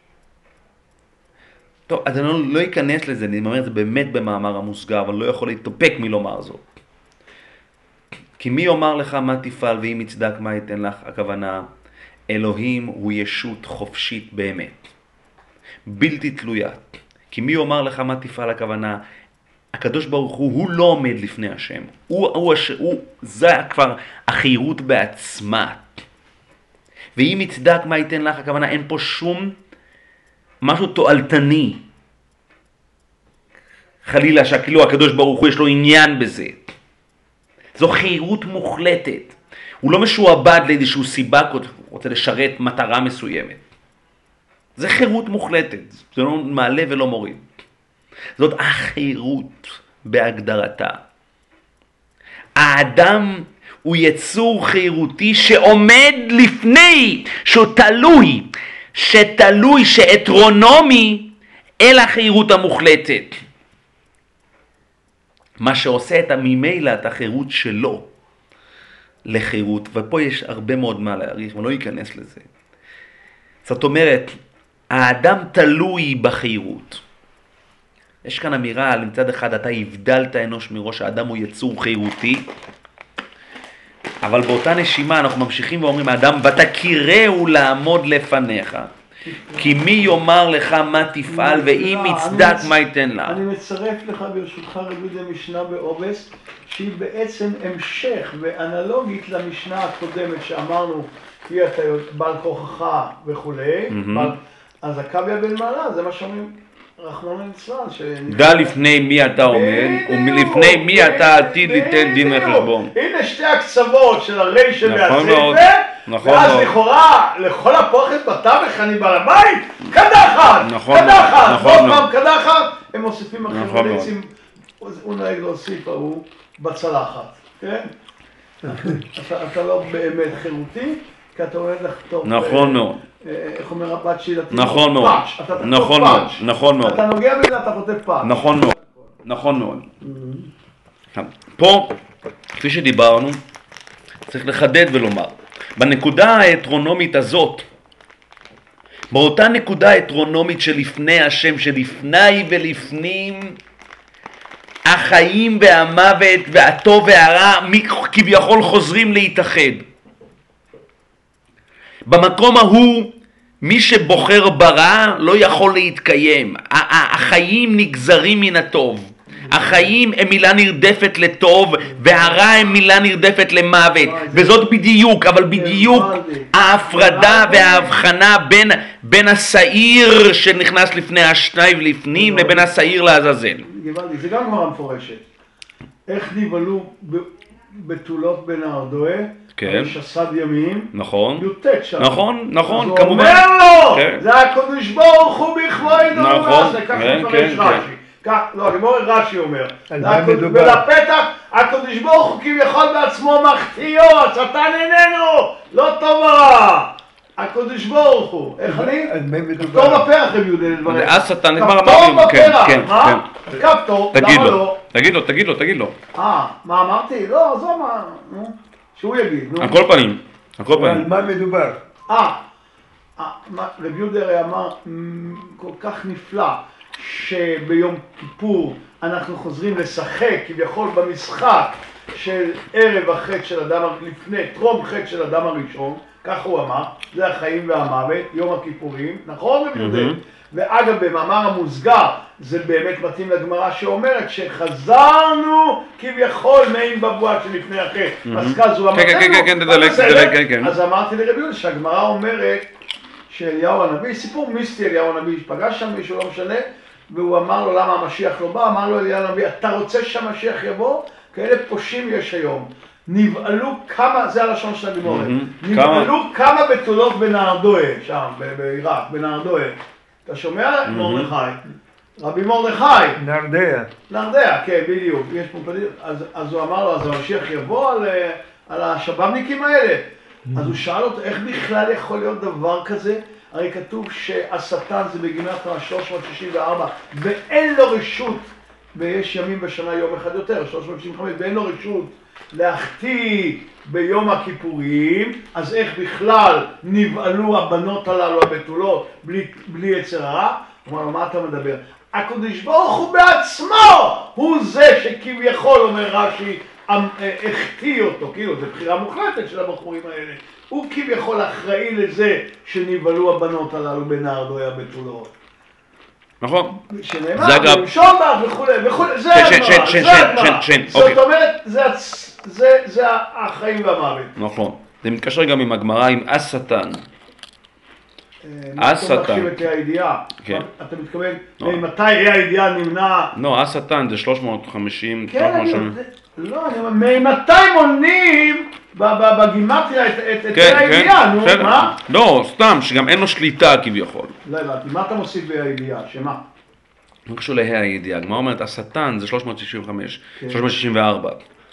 טוב, אז אני לא, לא אכנס לזה, אני אומר את זה באמת במאמר המוסגר, אבל לא יכול להתאפק מלומר זאת. כי מי יאמר לך מה תפעל ואם יצדק מה ייתן לך? הכוונה, אלוהים הוא ישות חופשית באמת, בלתי תלויה. כי מי יאמר לך מה תפעל? הכוונה, הקדוש ברוך הוא, הוא לא עומד לפני השם. הוא, הוא, הוא, הוא, זה כבר החירות בעצמה. ואם יצדק מה ייתן לך? הכוונה, אין פה שום משהו תועלתני. חלילה שכאילו הקדוש ברוך הוא יש לו עניין בזה. זו חירות מוחלטת. הוא לא משועבד לאיזשהו סיבה, הוא רוצה לשרת מטרה מסוימת. זה חירות מוחלטת. זה לא מעלה ולא מוריד. זאת החירות בהגדרתה. האדם הוא יצור חירותי שעומד לפני, שהוא תלוי, שתלוי, שאטרונומי אל החירות המוחלטת. מה שעושה את הממילא, את החירות שלו לחירות, ופה יש הרבה מאוד מה להעריך, ולא ייכנס לזה. זאת אומרת, האדם תלוי בחירות. יש כאן אמירה, מצד אחד אתה הבדלת אנוש מראש, האדם הוא יצור חירותי, אבל באותה נשימה אנחנו ממשיכים ואומרים, האדם ותכירהו לעמוד לפניך, כי מי יאמר לך מה תפעל ואם יצדק מה ייתן לך. אני מצרף לך ברשותך רבי למשנה באובס, שהיא בעצם המשך ואנלוגית למשנה הקודמת שאמרנו, כי אתה בעל כוחך וכולי, אז הקביה בן מעלה, זה מה שאומרים רחמנא ליצלן. דע לפני מי אתה עומד, ולפני מי אתה עתיד ליתן דין וחשבון. הנה שתי הקצוות של הרשע והספר, נכון ואז מאוד. לכאורה, לכל הפוחד בתווך אני בעל הבית, קדחת, נכון מאוד, קדחת, נכון עוד מאוד. פעם קדחת, הם מוסיפים נכון אחרים, מאוד. בעצם הוא נהג להוסיף ההוא בצלחת, כן? אתה אתה לא באמת חירותי, כי אתה עומד לחתוך, נכון מאוד. איך אומר הבת שלי, נכון מאוד. נכון מאוד. נכון מאוד. אתה נוגע בזה, אתה חוטף פאץ'. נכון מאוד. נכון מאוד. פה, כפי שדיברנו, צריך לחדד ולומר, בנקודה האטרונומית הזאת, באותה נקודה האטרונומית שלפני השם, שלפני ולפנים, החיים והמוות והטוב והרע כביכול חוזרים להתאחד. במקום ההוא, מי שבוחר ברע לא יכול להתקיים. החיים נגזרים מן הטוב. החיים הם מילה נרדפת לטוב, והרע הם מילה נרדפת למוות. וזאת בדיוק, אבל בדיוק ההפרדה וההבחנה בין, בין השעיר שנכנס לפני השני ולפנים לבין השעיר לעזאזל. זה גם גמרא מפורשת. איך נבהלו בתולות בין הארדועה, כן. שסד ימים, נכון. יוטט שם. נכון, נכון, אז כמובן. הוא אומר לו, כן. זה הקדוש ברוך הוא בכבודו. נכון, זה ככה כן, מפרש כן, רש"י. כך, לא, אני אומר רש"י אומר. על מה מדובר? ולפתח, הקדוש ברוך הוא כביכול בעצמו מחטיאו, השטן איננו, לא טוב ורע. הקדוש ברוך הוא, איך אני? על מה מדובר? כפתור בפרח הם יודעים לדברים. אז שטן נגמר כפתור אמרנו, כן, בפרח, כן, מה? כן. כפתור, תגיד למה לו, לא? תגיד לו, תגיד לו, תגיד לו. אה, מה אמרתי? לא, זו מה, נו, שהוא יגיד, נו. על כל פנים, על כל על פנים. מה מדובר? אה, אה, מה, רבי יהודה הרי אמר מ, כל כך נפלא, שביום כיפור אנחנו חוזרים לשחק כביכול במשחק של ערב החטא של אדם, לפני טרום חטא של אדם הראשון, כך הוא אמר, זה החיים והמוות, יום הכיפורים, נכון רבי יהודה? ואגב, במאמר המוסגר, זה באמת מתאים לגמרא שאומרת שחזרנו כביכול מעין בבואה שלפני החטא. אז כזו אמרתנו. כן, כן, כן, תדלק, תדלק, כן, כן. אז אמרתי לרבי יהודה שהגמרא אומרת שאליהו הנביא, סיפור מיסטי אליהו הנביא, פגש שם מישהו, לא משנה, והוא אמר לו למה המשיח לא בא, אמר לו אליהו הנביא, אתה רוצה שהמשיח יבוא? כאלה פושעים יש היום. נבעלו כמה, זה הלשון של הגמרא, נבעלו כמה בתולות בנהרדועה, שם, בעיראק, בנהרדועה. אתה שומע? מרדכי. רבי מרדכי. נרדע. נרדע, כן, בדיוק. יש פה פדיוק. אז, אז הוא אמר לו, אז המשיח יבוא על, על השב"בניקים האלה. אז הוא שאל אותו, איך בכלל יכול להיות דבר כזה? הרי כתוב שהשטן זה בגימטריה שלוש מאות שישים וארבע, ואין לו רשות, ויש ימים בשנה יום אחד יותר, שלוש מאות שישים וחמש, ואין לו רשות להחטיא ביום הכיפורים, אז איך בכלל נבעלו הבנות הללו הבתולות בלי, בלי יצר הרע? הוא אומר, מה אתה מדבר? הקדוש ברוך הוא בעצמו הוא זה שכביכול, אומר רש"י, החטיא אותו, כאילו זו בחירה מוחלטת של הבחורים האלה. הוא כביכול אחראי לזה שנבעלו הבנות הללו בנהרדוי הבתולות. נכון. שנאמר, במשובח וכו' וכו', זה הגמרא, זה הגמרא. זאת אומרת, זה החיים והמוות. נכון. זה מתקשר גם עם הגמרא, עם השטן. השטן. אתה מחשיב את הידיעה. אתה מתכוון, מתי הידיעה נמנע? לא, השטן זה שלוש מאות וחמישים. כן, לא, אני אומר, ממתי מונים בגימטריה את הידיעה, נו, מה? לא, סתם, שגם אין לו שליטה כביכול. לא הבנתי, מה אתה מוסיף בידיעה? שמה? לא קשור להי הידיעה, הגמרא אומרת, השטן זה שלוש מאות שישים וחמש, שלוש מאות שישים וארבע.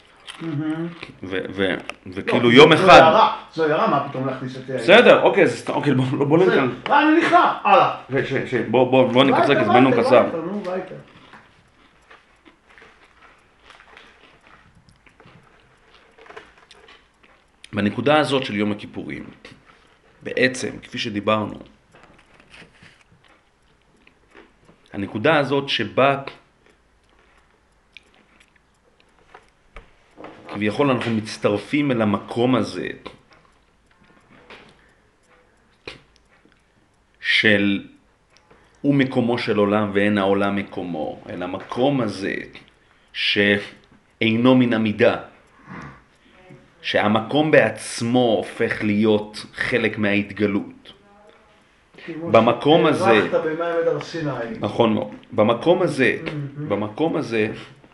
וכאילו יום אחד... זו הערה, מה פתאום להכניס את הידיעה? בסדר, אוקיי, בוא נתקן. אני נכנע, הלאה. בוא נקצר, כי זמנו קצר. בנקודה הזאת של יום הכיפורים, בעצם, כפי שדיברנו, הנקודה הזאת שבה כביכול אנחנו מצטרפים אל המקום הזה של הוא מקומו של עולם ואין העולם מקומו, אל המקום הזה שאינו מן המידה, שהמקום בעצמו הופך להיות חלק מההתגלות. במקום הזה, נכון מאוד, במקום הזה, במקום הזה,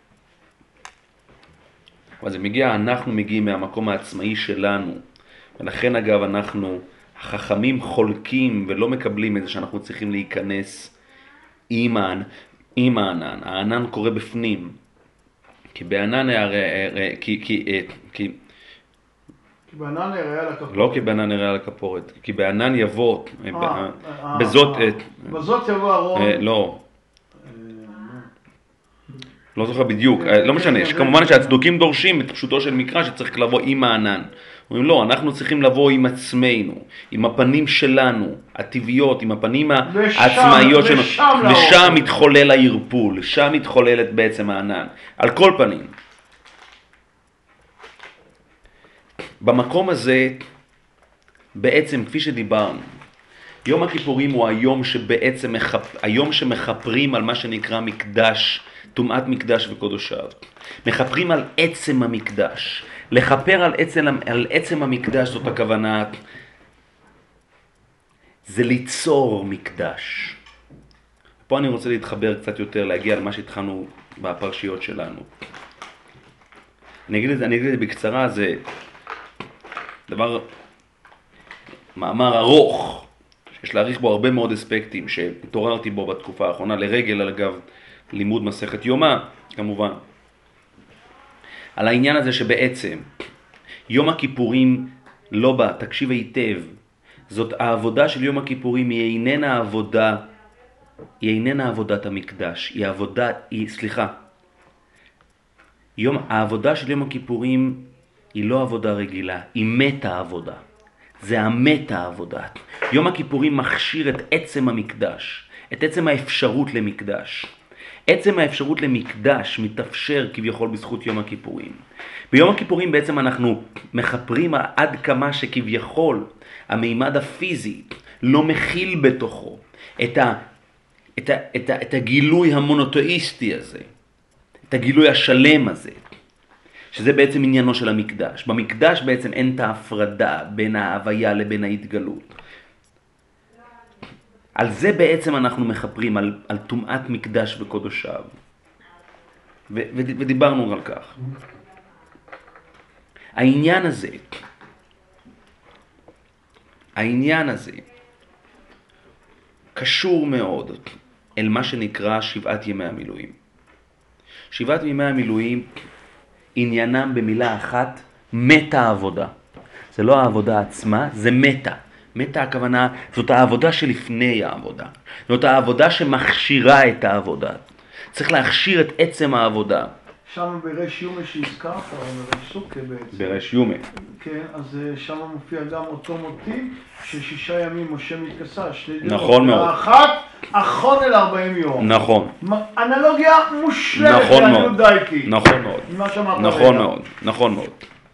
אז זה מגיע, אנחנו מגיעים מהמקום העצמאי שלנו, ולכן אגב אנחנו, החכמים חולקים ולא מקבלים את זה שאנחנו צריכים להיכנס עם הענן, עם הענן, הענן קורה בפנים, כי בענן, כי, כי, כי, כי בענן יראה על הכפורת. לא כי בענן יראה על הכפורת, כי בענן יבוא, בזאת, בזאת יבוא ארון. לא. לא זוכר בדיוק, לא משנה, כמובן שהצדוקים דורשים את פשוטו של מקרא שצריך לבוא עם הענן. אומרים לא, אנחנו צריכים לבוא עם עצמנו, עם הפנים שלנו, הטבעיות, עם הפנים העצמאיות שלנו, ושם מתחולל הערפול, שם מתחוללת בעצם הענן, על כל פנים. במקום הזה, בעצם כפי שדיברנו, יום הכיפורים הוא היום שבעצם, היום שמחפרים על מה שנקרא מקדש, טומאת מקדש וקודשיו. מחפרים על עצם המקדש. לחפר על עצם, על עצם המקדש זאת הכוונה, זה ליצור מקדש. פה אני רוצה להתחבר קצת יותר, להגיע למה שהתחלנו בפרשיות שלנו. אני אגיד את זה, אני אגיד את זה בקצרה, זה דבר, מאמר ארוך, שיש להעריך בו הרבה מאוד אספקטים שהתעוררתי בו בתקופה האחרונה, לרגל אגב לימוד מסכת יומא, כמובן. על העניין הזה שבעצם יום הכיפורים לא בא, תקשיב היטב, זאת העבודה של יום הכיפורים היא איננה עבודה, היא איננה עבודת המקדש, היא עבודה, היא, סליחה, יום, העבודה של יום הכיפורים היא לא עבודה רגילה, היא מטה עבודה. זה המטה עבודה. יום הכיפורים מכשיר את עצם המקדש, את עצם האפשרות למקדש. עצם האפשרות למקדש מתאפשר כביכול בזכות יום הכיפורים. ביום הכיפורים בעצם אנחנו מחפרים עד כמה שכביכול המימד הפיזי לא מכיל בתוכו את, ה, את, ה, את, ה, את הגילוי המונותאיסטי הזה, את הגילוי השלם הזה, שזה בעצם עניינו של המקדש. במקדש בעצם אין את ההפרדה בין ההוויה לבין ההתגלות. על זה בעצם אנחנו מחפרים, על, על טומאת מקדש וקודשיו. ו, ו, ודיברנו על כך. העניין הזה, העניין הזה, קשור מאוד אל מה שנקרא שבעת ימי המילואים. שבעת ימי המילואים עניינם במילה אחת, מטה עבודה. זה לא העבודה עצמה, זה מטה. מטה הכוונה, זאת העבודה שלפני העבודה. זאת העבודה שמכשירה את העבודה. צריך להכשיר את עצם העבודה. שם ברש יומה שהזכרת, או ברש סוכה בעצם. ברש יומה. כן, אז שם מופיע גם אותו מוטיב, ששישה ימים משה מתכסה, שני דעות. נכון מאוד. האחת, אחון אל ארבעים יום. נכון. אנלוגיה מושלמת, נכון מאוד. דייקי. נכון מאוד. נכון מאוד. נכון מאוד.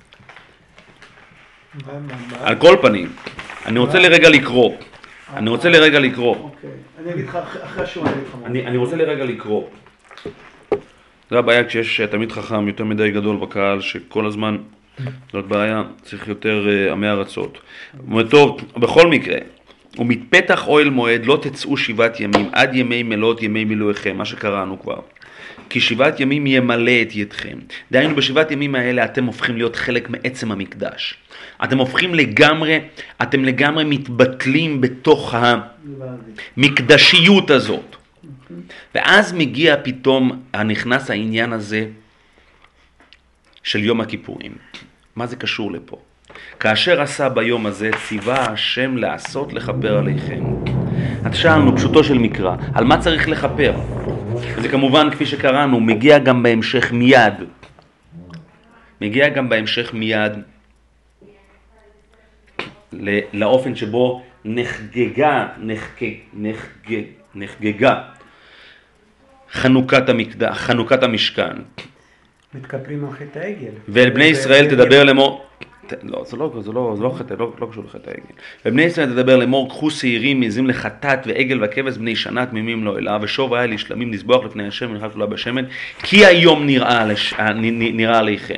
על כל פנים, אני רוצה לרגע לקרוא. אני רוצה לרגע לקרוא. אוקיי, אני אגיד לך אחרי השורה, אני אגיד לך מה. אני רוצה לרגע לקרוא. זה הבעיה כשיש תלמיד חכם יותר מדי גדול בקהל, שכל הזמן, זאת בעיה, צריך יותר עמי ארצות. טוב, בכל מקרה, ומפתח אוהל מועד לא תצאו שבעת ימים, עד ימי מלאות ימי מילואיכם, מה שקראנו כבר. כי שבעת ימים ימלא את ידכם. דהיינו, בשבעת ימים האלה אתם הופכים להיות חלק מעצם המקדש. אתם הופכים לגמרי, אתם לגמרי מתבטלים בתוך המקדשיות הזאת. ואז מגיע פתאום, הנכנס העניין הזה של יום הכיפורים. מה זה קשור לפה? כאשר עשה ביום הזה, ציווה השם לעשות לכפר עליכם. אז שאלנו, פשוטו של מקרא, על מה צריך לכפר? וזה כמובן, כפי שקראנו, מגיע גם בהמשך מיד. מגיע גם בהמשך מיד לאופן שבו נחגגה, נחגג, נחגג, נחגגה חנוכת המקדש, חנוכת המשכן. מתכפרים על חטא העגל. ואל בני ישראל תדבר לאמור, לא, זה לא, זה לא, זה לא חטא, לא, לא קשור לחטא העגל. ובני ישראל תדבר לאמור, קחו שעירים מעזים לחטאת ועגל וכבש בני שנה תמימים לא אליו, ושוב היה לשלמים לזבוח לפני השם ונכנס כולה בשמן, כי היום נראה, נראה עליכם.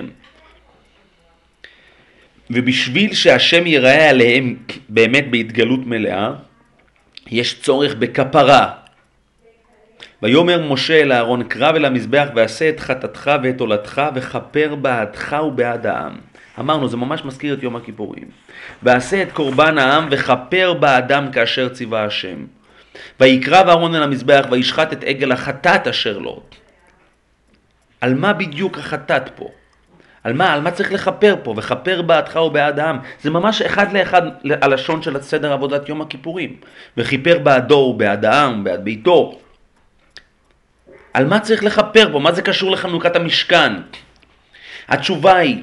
ובשביל שהשם ייראה עליהם באמת בהתגלות מלאה, יש צורך בכפרה. ויאמר משה אל אהרון, קרב אל המזבח ועשה את חטאתך ואת עולתך וכפר בעדך ובעד העם. אמרנו, זה ממש מזכיר את יום הכיפורים. ועשה את קורבן העם וכפר בעדם כאשר ציווה השם. ויקרב אהרון אל המזבח וישחט את עגל החטאת אשר לו. על מה בדיוק החטאת פה? על מה? על מה צריך לכפר פה? וכפר בעדך ובעד העם. זה ממש אחד לאחד הלשון של הסדר עבודת יום הכיפורים. וכיפר בעדו ובעד העם, בעד ביתו. על מה צריך לכפר פה? מה זה קשור לחנוכת המשכן? התשובה היא,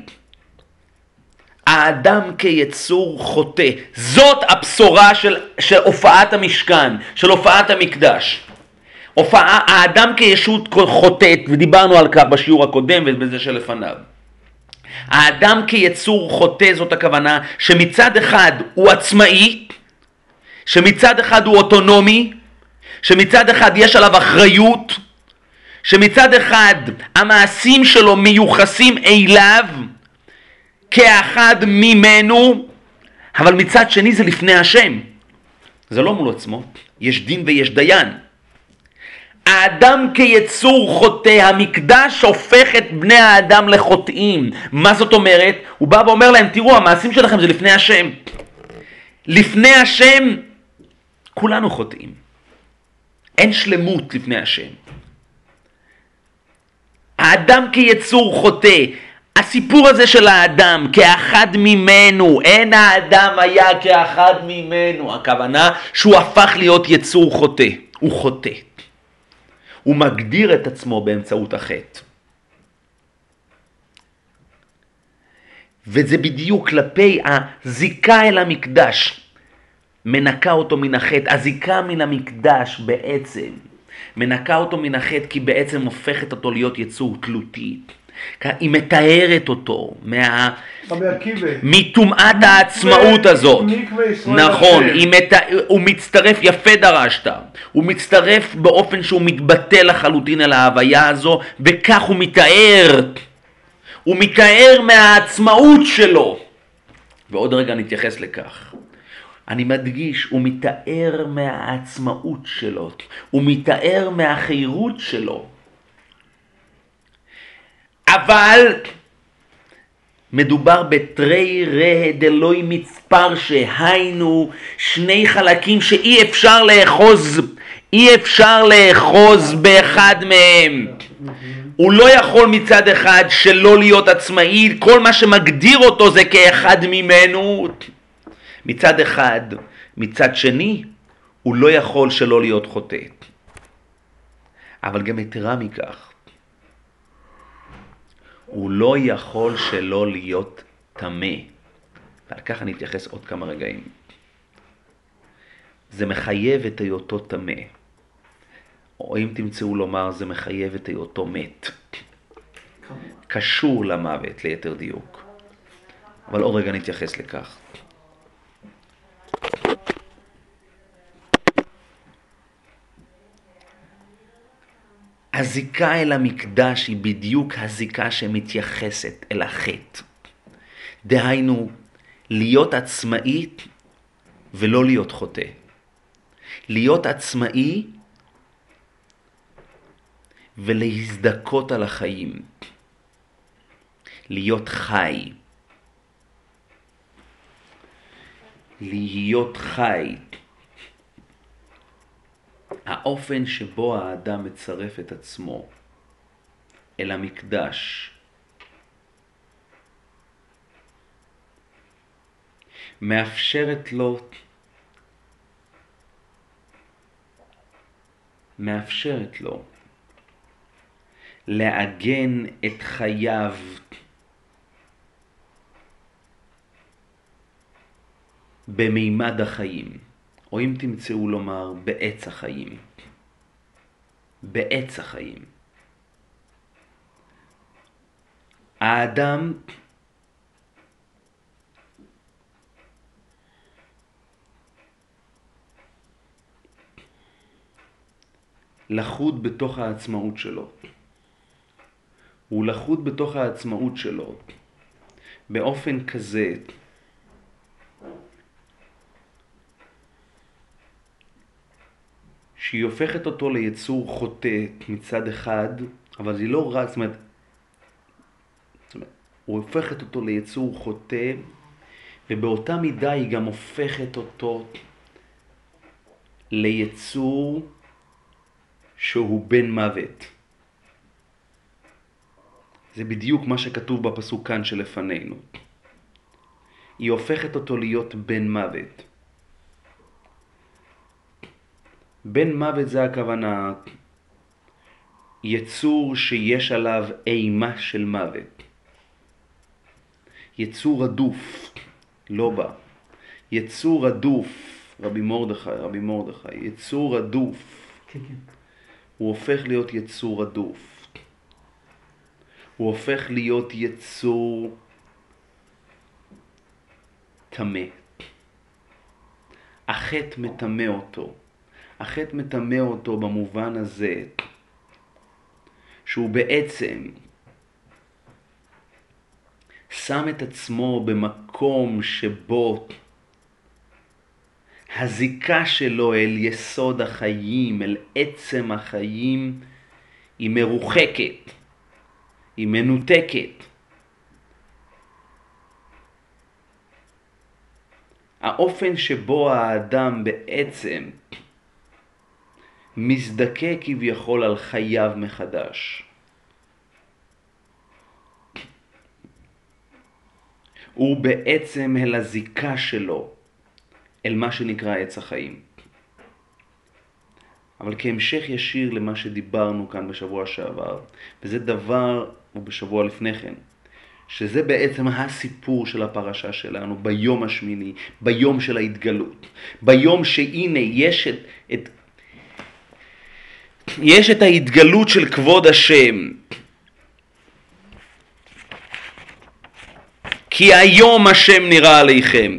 האדם כיצור חוטא. זאת הבשורה של, של הופעת המשכן, של הופעת המקדש. הופעה, האדם כישות חוטאת, ודיברנו על כך בשיעור הקודם ובזה שלפניו. האדם כיצור חוטא, זאת הכוונה שמצד אחד הוא עצמאי, שמצד אחד הוא אוטונומי, שמצד אחד יש עליו אחריות, שמצד אחד המעשים שלו מיוחסים אליו כאחד ממנו, אבל מצד שני זה לפני השם. זה לא מול עצמו, יש דין ויש דיין. האדם כיצור חוטא, המקדש הופך את בני האדם לחוטאים. מה זאת אומרת? הוא בא ואומר להם, תראו, המעשים שלכם זה לפני השם. לפני השם כולנו חוטאים. אין שלמות לפני השם. האדם כיצור חוטא, הסיפור הזה של האדם כאחד ממנו, אין האדם היה כאחד ממנו, הכוונה שהוא הפך להיות יצור חוטא, הוא חוטא. הוא מגדיר את עצמו באמצעות החטא. וזה בדיוק כלפי הזיקה אל המקדש, מנקה אותו מן החטא. הזיקה מן המקדש בעצם מנקה אותו מן החטא, כי בעצם הופכת אותו להיות יצור תלותי. היא מתארת אותו מה... מטומאת העצמאות הזאת. נכון, הוא מצטרף, יפה דרשת, הוא מצטרף באופן שהוא מתבטא לחלוטין על ההוויה הזו, וכך הוא מתאר, הוא מתאר מהעצמאות שלו. ועוד רגע נתייחס לכך. אני מדגיש, הוא מתאר מהעצמאות שלו, הוא מתאר מהחירות שלו. אבל מדובר בתרי ראה דלוי מצפר, שהיינו שני חלקים שאי אפשר לאחוז, אי אפשר לאחוז באחד מהם. הוא לא יכול מצד אחד שלא להיות עצמאי, כל מה שמגדיר אותו זה כאחד ממנו. מצד אחד, מצד שני, הוא לא יכול שלא להיות חוטא. אבל גם יתרה מכך, הוא לא יכול שלא להיות טמא. ועל כך אני אתייחס עוד כמה רגעים. זה מחייב את היותו טמא. או אם תמצאו לומר, זה מחייב את היותו מת. קשור למוות ליתר דיוק. אבל עוד רגע נתייחס לכך. הזיקה אל המקדש היא בדיוק הזיקה שמתייחסת אל החטא. דהיינו, להיות עצמאי ולא להיות חוטא. להיות עצמאי ולהזדכות על החיים. להיות חי. להיות חי. האופן שבו האדם מצרף את עצמו אל המקדש מאפשרת לו מאפשרת לו לעגן את חייו במימד החיים, או אם תמצאו לומר בעץ החיים. בעץ החיים. האדם לחוד בתוך העצמאות שלו. הוא לחוד בתוך העצמאות שלו באופן כזה שהיא הופכת אותו ליצור חוטא מצד אחד, אבל היא לא רק, זאת אומרת, זאת אומרת, הוא הופכת אותו ליצור חוטא, ובאותה מידה היא גם הופכת אותו ליצור שהוא בן מוות. זה בדיוק מה שכתוב בפסוק כאן שלפנינו. היא הופכת אותו להיות בן מוות. בן מוות זה הכוונה יצור שיש עליו אימה של מוות. יצור רדוף, לא בא. יצור רדוף, רבי מרדכי, רבי מרדכי, יצור רדוף. כן, כן. הוא הופך להיות יצור רדוף. הוא הופך להיות יצור טמא. החטא מטמא אותו. החטא מטמא אותו במובן הזה שהוא בעצם שם את עצמו במקום שבו הזיקה שלו אל יסוד החיים, אל עצם החיים, היא מרוחקת, היא מנותקת. האופן שבו האדם בעצם מזדכה כביכול על חייו מחדש. הוא בעצם אל הזיקה שלו, אל מה שנקרא עץ החיים. אבל כהמשך ישיר למה שדיברנו כאן בשבוע שעבר, וזה דבר, או בשבוע לפני כן, שזה בעצם הסיפור של הפרשה שלנו ביום השמיני, ביום של ההתגלות. ביום שהנה יש את, את, יש את ההתגלות של כבוד השם. כי היום השם נראה עליכם.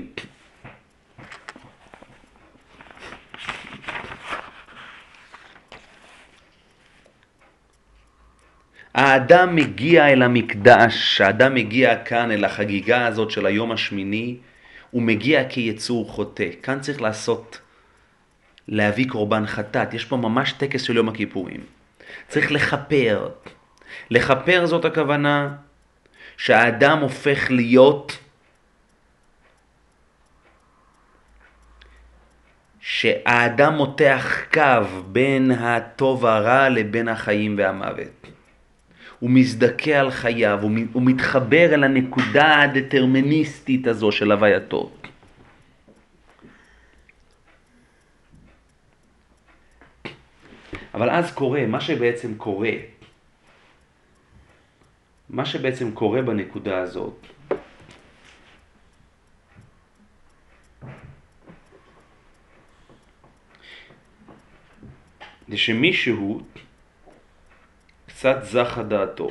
האדם מגיע אל המקדש, האדם מגיע כאן אל החגיגה הזאת של היום השמיני, הוא מגיע כיצור חוטא. כאן צריך לעשות, להביא קורבן חטאת. יש פה ממש טקס של יום הכיפורים. צריך לחפר. לחפר זאת הכוונה שהאדם הופך להיות, שהאדם מותח קו בין הטוב והרע לבין החיים והמוות. הוא מזדכה על חייו, הוא מתחבר אל הנקודה הדטרמיניסטית הזו של הווייתו. אבל אז קורה, מה שבעצם קורה, מה שבעצם קורה בנקודה הזאת, זה שמישהו קצת זכה דעתו,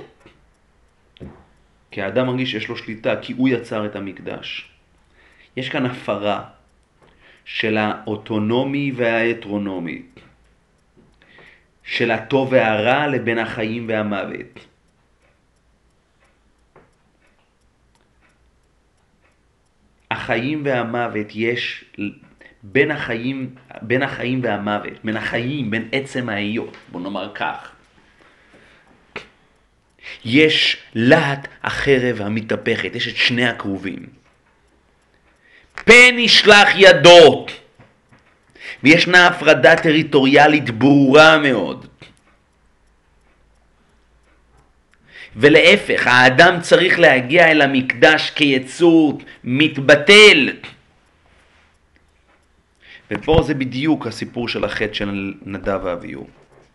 כי האדם מרגיש שיש לו שליטה, כי הוא יצר את המקדש. יש כאן הפרה של האוטונומי וההטרונומי, של הטוב והרע לבין החיים והמוות. החיים והמוות יש בין החיים, בין החיים והמוות, בין החיים, בין עצם ההיות, בוא נאמר כך. יש להט החרב המתהפכת, יש את שני הקרובים. פן ישלח ידו, וישנה הפרדה טריטוריאלית ברורה מאוד. ולהפך, האדם צריך להגיע אל המקדש כיצור מתבטל. ופה זה בדיוק הסיפור של החטא של נדב ואביהו.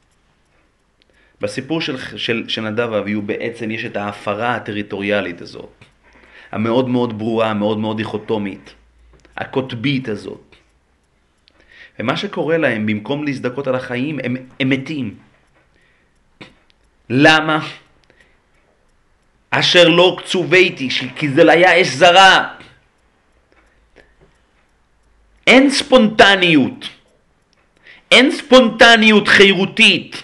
בסיפור של, של, של נדב ואביהו בעצם יש את ההפרה הטריטוריאלית הזאת, המאוד מאוד ברורה, המאוד מאוד דיכוטומית, הקוטבית הזאת. ומה שקורה להם, במקום להזדכות על החיים, הם, הם מתים. למה? אשר לא קצוביתי, כי זה היה אש זרה. אין ספונטניות, אין ספונטניות חירותית.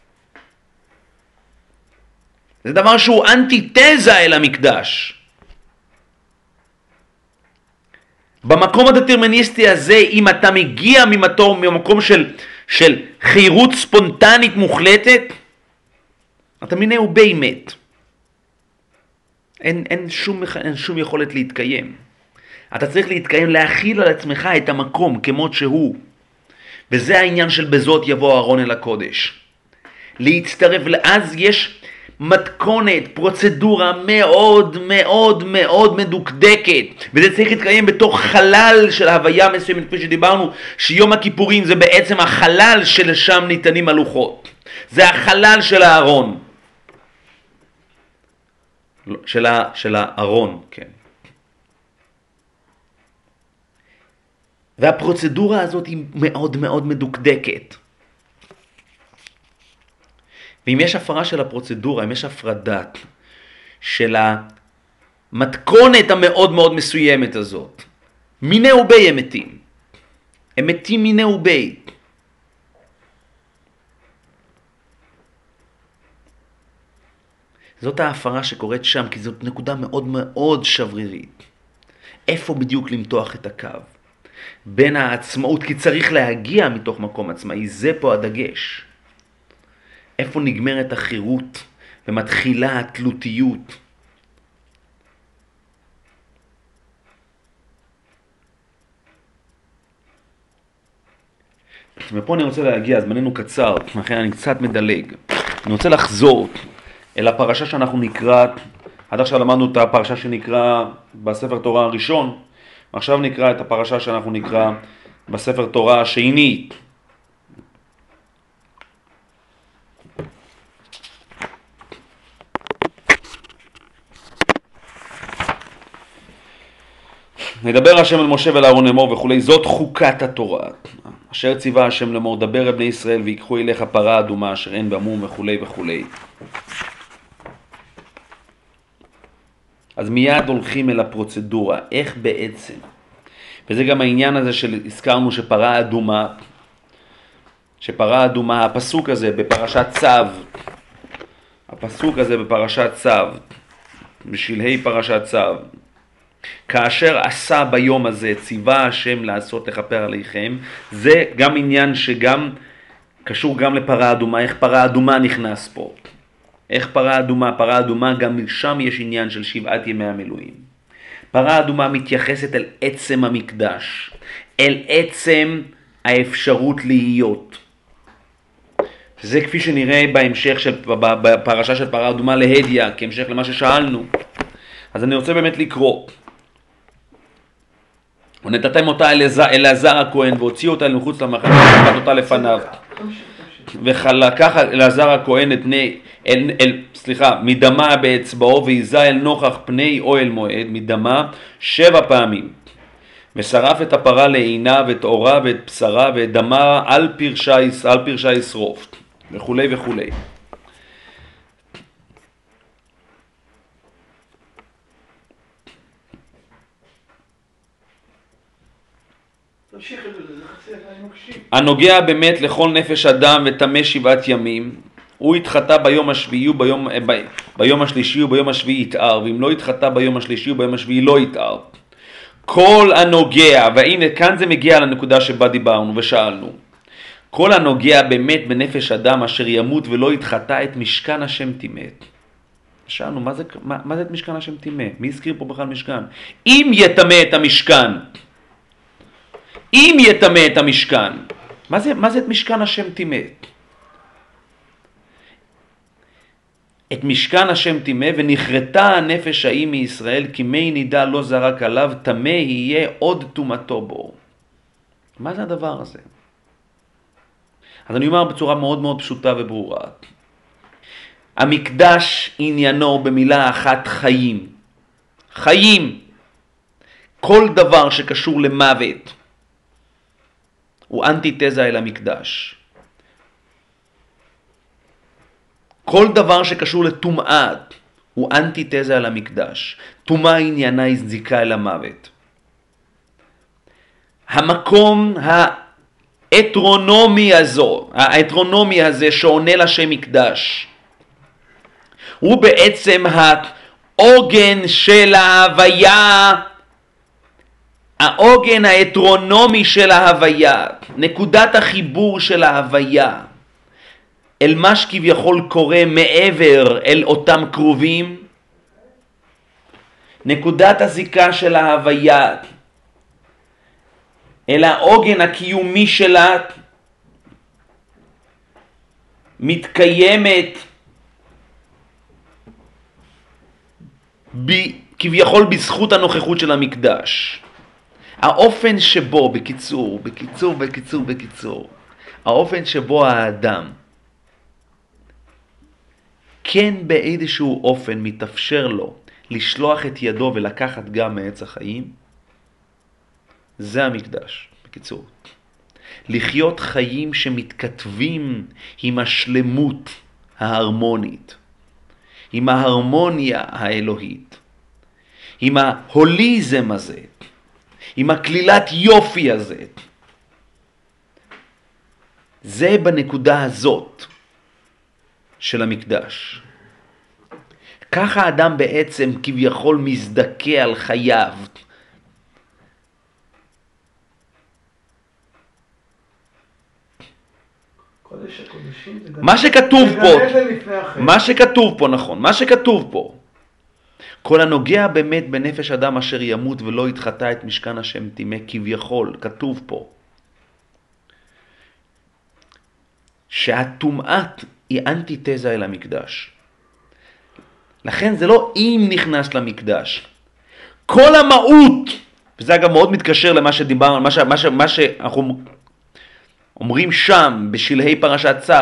זה דבר שהוא אנטיתזה אל המקדש. במקום הדטרמיניסטי הזה, אם אתה מגיע ממתור, ממקום של, של חירות ספונטנית מוחלטת, אתה מיני הוא בי מת. אין, אין, שום, אין שום יכולת להתקיים. אתה צריך להתקיים, להכיל על עצמך את המקום כמות שהוא. וזה העניין של בזאת יבוא אהרון אל הקודש. להצטרף, אז יש מתכונת, פרוצדורה מאוד מאוד מאוד מדוקדקת. וזה צריך להתקיים בתוך חלל של הוויה מסוימת, כפי שדיברנו, שיום הכיפורים זה בעצם החלל שלשם ניתנים הלוחות. זה החלל של הארון. של, ה, של הארון, כן. והפרוצדורה הזאת היא מאוד מאוד מדוקדקת. ואם יש הפרה של הפרוצדורה, אם יש הפרדה של המתכונת המאוד מאוד מסוימת הזאת, מיני ובי הם מתים. הם מתים מיני ובי. זאת ההפרה שקורית שם, כי זאת נקודה מאוד מאוד שברירית. איפה בדיוק למתוח את הקו? בין העצמאות, כי צריך להגיע מתוך מקום עצמאי, זה פה הדגש. איפה נגמרת החירות ומתחילה התלותיות? ופה אני רוצה להגיע, זמננו קצר, לכן אני קצת מדלג. אני רוצה לחזור אל הפרשה שאנחנו נקרא, עד עכשיו למדנו את הפרשה שנקרא בספר תורה הראשון, עכשיו נקרא את הפרשה שאנחנו נקרא בספר תורה השני. נדבר השם אל משה ואל אהרון לאמור וכולי, זאת חוקת התורה. אשר ציווה השם לאמור, דבר אל בני ישראל ויקחו אליך פרה אדומה אשר אין במום וכולי וכולי. אז מיד הולכים אל הפרוצדורה, איך בעצם. וזה גם העניין הזה שהזכרנו שפרה אדומה, שפרה אדומה, הפסוק הזה בפרשת צו, הפסוק הזה בפרשת צו, בשלהי פרשת צו, כאשר עשה ביום הזה ציווה השם לעשות לכפר עליכם, זה גם עניין שגם קשור גם לפרה אדומה, איך פרה אדומה נכנס פה. איך פרה אדומה? פרה אדומה גם שם יש עניין של שבעת ימי המילואים. פרה אדומה מתייחסת אל עצם המקדש, אל עצם האפשרות להיות. זה כפי שנראה בהמשך של, בפרשה של פרה אדומה להדיה, כהמשך למה ששאלנו. אז אני רוצה באמת לקרוא. ונתתם אותה אלעזר הכהן והוציאו אותה למחוץ למחנה ונתת אותה לפניו. ולקח אלעזר הכהן את פני, אל, אל, סליחה, מדמה באצבעו ויזה אל נוכח פני אוהל מועד, מדמה שבע פעמים. ושרף את הפרה לעינה ואת אורה ואת בשרה ואת דמה על פרשה, על פרשה ישרוף, וכולי וכולי. הנוגע באמת לכל נפש אדם וטמא שבעת ימים, הוא התחטא ביום השביעי וביום ביום השלישי וביום השביעי יתאר, ואם לא התחטא ביום השלישי וביום השביעי לא יתאר. כל הנוגע, והנה כאן זה מגיע לנקודה שבה דיברנו ושאלנו, כל הנוגע באמת בנפש אדם אשר ימות ולא יתחטא את משכן השם טימא. שאלנו, מה זה, מה, מה זה את משכן השם טימא? מי הזכיר פה בכלל משכן? אם יטמא את המשכן, אם יטמא את המשכן, מה זה, מה זה את משכן השם טימא? את משכן השם טימא, ונכרתה הנפש ההיא מישראל, כי מי נידה לא זרק עליו, טמא יהיה עוד טומאתו בו. מה זה הדבר הזה? אז אני אומר בצורה מאוד מאוד פשוטה וברורה. המקדש עניינו במילה אחת חיים. חיים. כל דבר שקשור למוות הוא אנטיתזה אל המקדש. כל דבר שקשור לטומאה הוא אנטיתזה על המקדש. טומאה עניינה היא זיקה אל המוות. המקום האתרונומי הזו, האתרונומי הזה שעונה לשם מקדש, הוא בעצם העוגן של ההוויה, העוגן האתרונומי של ההוויה, נקודת החיבור של ההוויה. אל מה שכביכול קורה מעבר אל אותם קרובים, נקודת הזיקה של ההוויה, אל העוגן הקיומי שלה, מתקיימת ב, כביכול בזכות הנוכחות של המקדש. האופן שבו, בקיצור, בקיצור, בקיצור, בקיצור, האופן שבו האדם, כן באיזשהו אופן מתאפשר לו לשלוח את ידו ולקחת גם מעץ החיים, זה המקדש, בקיצור. לחיות חיים שמתכתבים עם השלמות ההרמונית, עם ההרמוניה האלוהית, עם ההוליזם הזה, עם הכלילת יופי הזה. זה בנקודה הזאת של המקדש. ככה האדם בעצם כביכול מזדכה על חייו. מה שכתוב פה, מה שכתוב פה נכון, מה שכתוב פה, כל הנוגע באמת בנפש אדם אשר ימות ולא יתחטא את משכן השם טימא, כביכול, כתוב פה, שהטומאה היא אנטיתזה אל המקדש. לכן זה לא אם נכנס למקדש. כל המהות, וזה אגב מאוד מתקשר למה שדיברנו, מה, ש, מה, ש, מה שאנחנו אומרים שם בשלהי פרשת צו,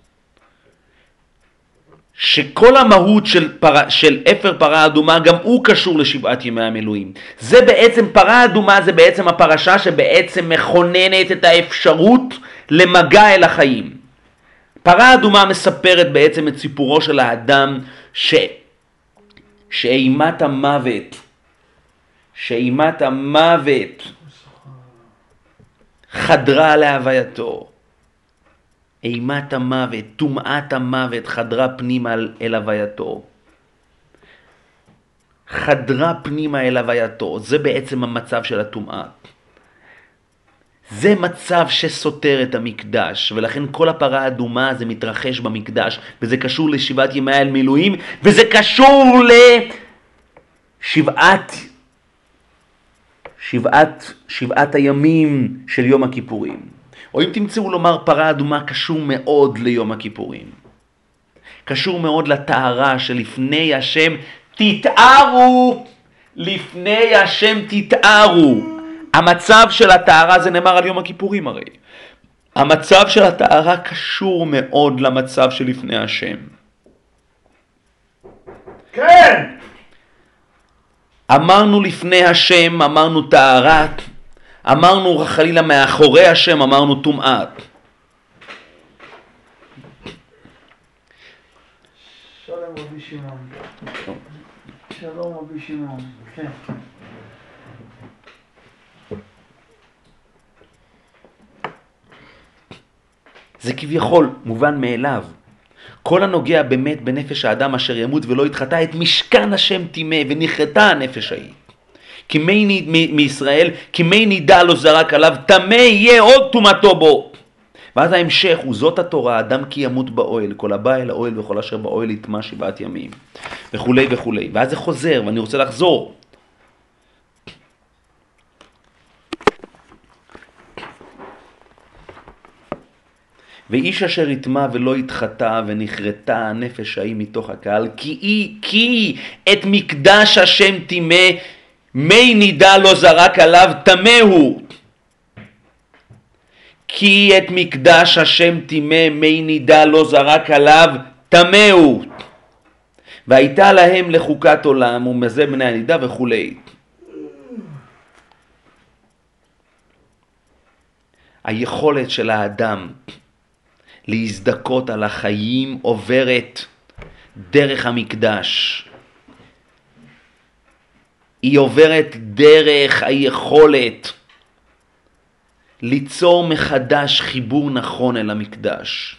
שכל המהות של, פר, של אפר פרה אדומה גם הוא קשור לשבעת ימי המילואים. זה בעצם, פרה אדומה זה בעצם הפרשה שבעצם מכוננת את האפשרות למגע אל החיים. פרה אדומה מספרת בעצם את סיפורו של האדם ש... שאימת המוות, שאימת המוות חדרה להווייתו. אימת המוות, טומאת המוות חדרה פנימה אל הווייתו. חדרה פנימה אל הווייתו. זה בעצם המצב של הטומאה. זה מצב שסותר את המקדש, ולכן כל הפרה האדומה זה מתרחש במקדש, וזה קשור לשבעת ימי המילואים, וזה קשור לשבעת שבעת, שבעת הימים של יום הכיפורים. או אם תמצאו לומר, פרה אדומה קשור מאוד ליום הכיפורים. קשור מאוד לטהרה שלפני השם תתארו, לפני השם תתארו. המצב של הטהרה זה נאמר על יום הכיפורים הרי. המצב של הטהרה קשור מאוד למצב שלפני השם. כן! אמרנו לפני השם, אמרנו טהרה, אמרנו חלילה מאחורי השם, אמרנו טומאה. שלום רבי שמעון. שלום רבי שמעון. כן. זה כביכול מובן מאליו. כל הנוגע באמת בנפש האדם אשר ימות ולא יתחטא, את משכן השם טימא ונחרתה הנפש ההיא. כי מי ניד מ- מישראל, כי מי נידה לא זרק עליו, טמא יהיה עוד טומאתו בו. ואז ההמשך הוא זאת התורה, אדם כי ימות באוהל, כל הבא אל האוהל וכל אשר באוהל יטמא שבעת ימים, וכולי וכולי. ואז זה חוזר, ואני רוצה לחזור. ואיש אשר יטמא ולא יתחטא ונחרתה הנפש ההיא מתוך הקהל, כי היא, כי את מקדש השם טימא, מי נידה לא זרק עליו, טמא הוא. כי את מקדש השם טימא, מי נידה לא זרק עליו, טמא הוא. והייתה להם לחוקת עולם ומזה בני הנידה וכולי. היכולת של האדם להזדכות על החיים עוברת דרך המקדש. היא עוברת דרך היכולת ליצור מחדש חיבור נכון אל המקדש.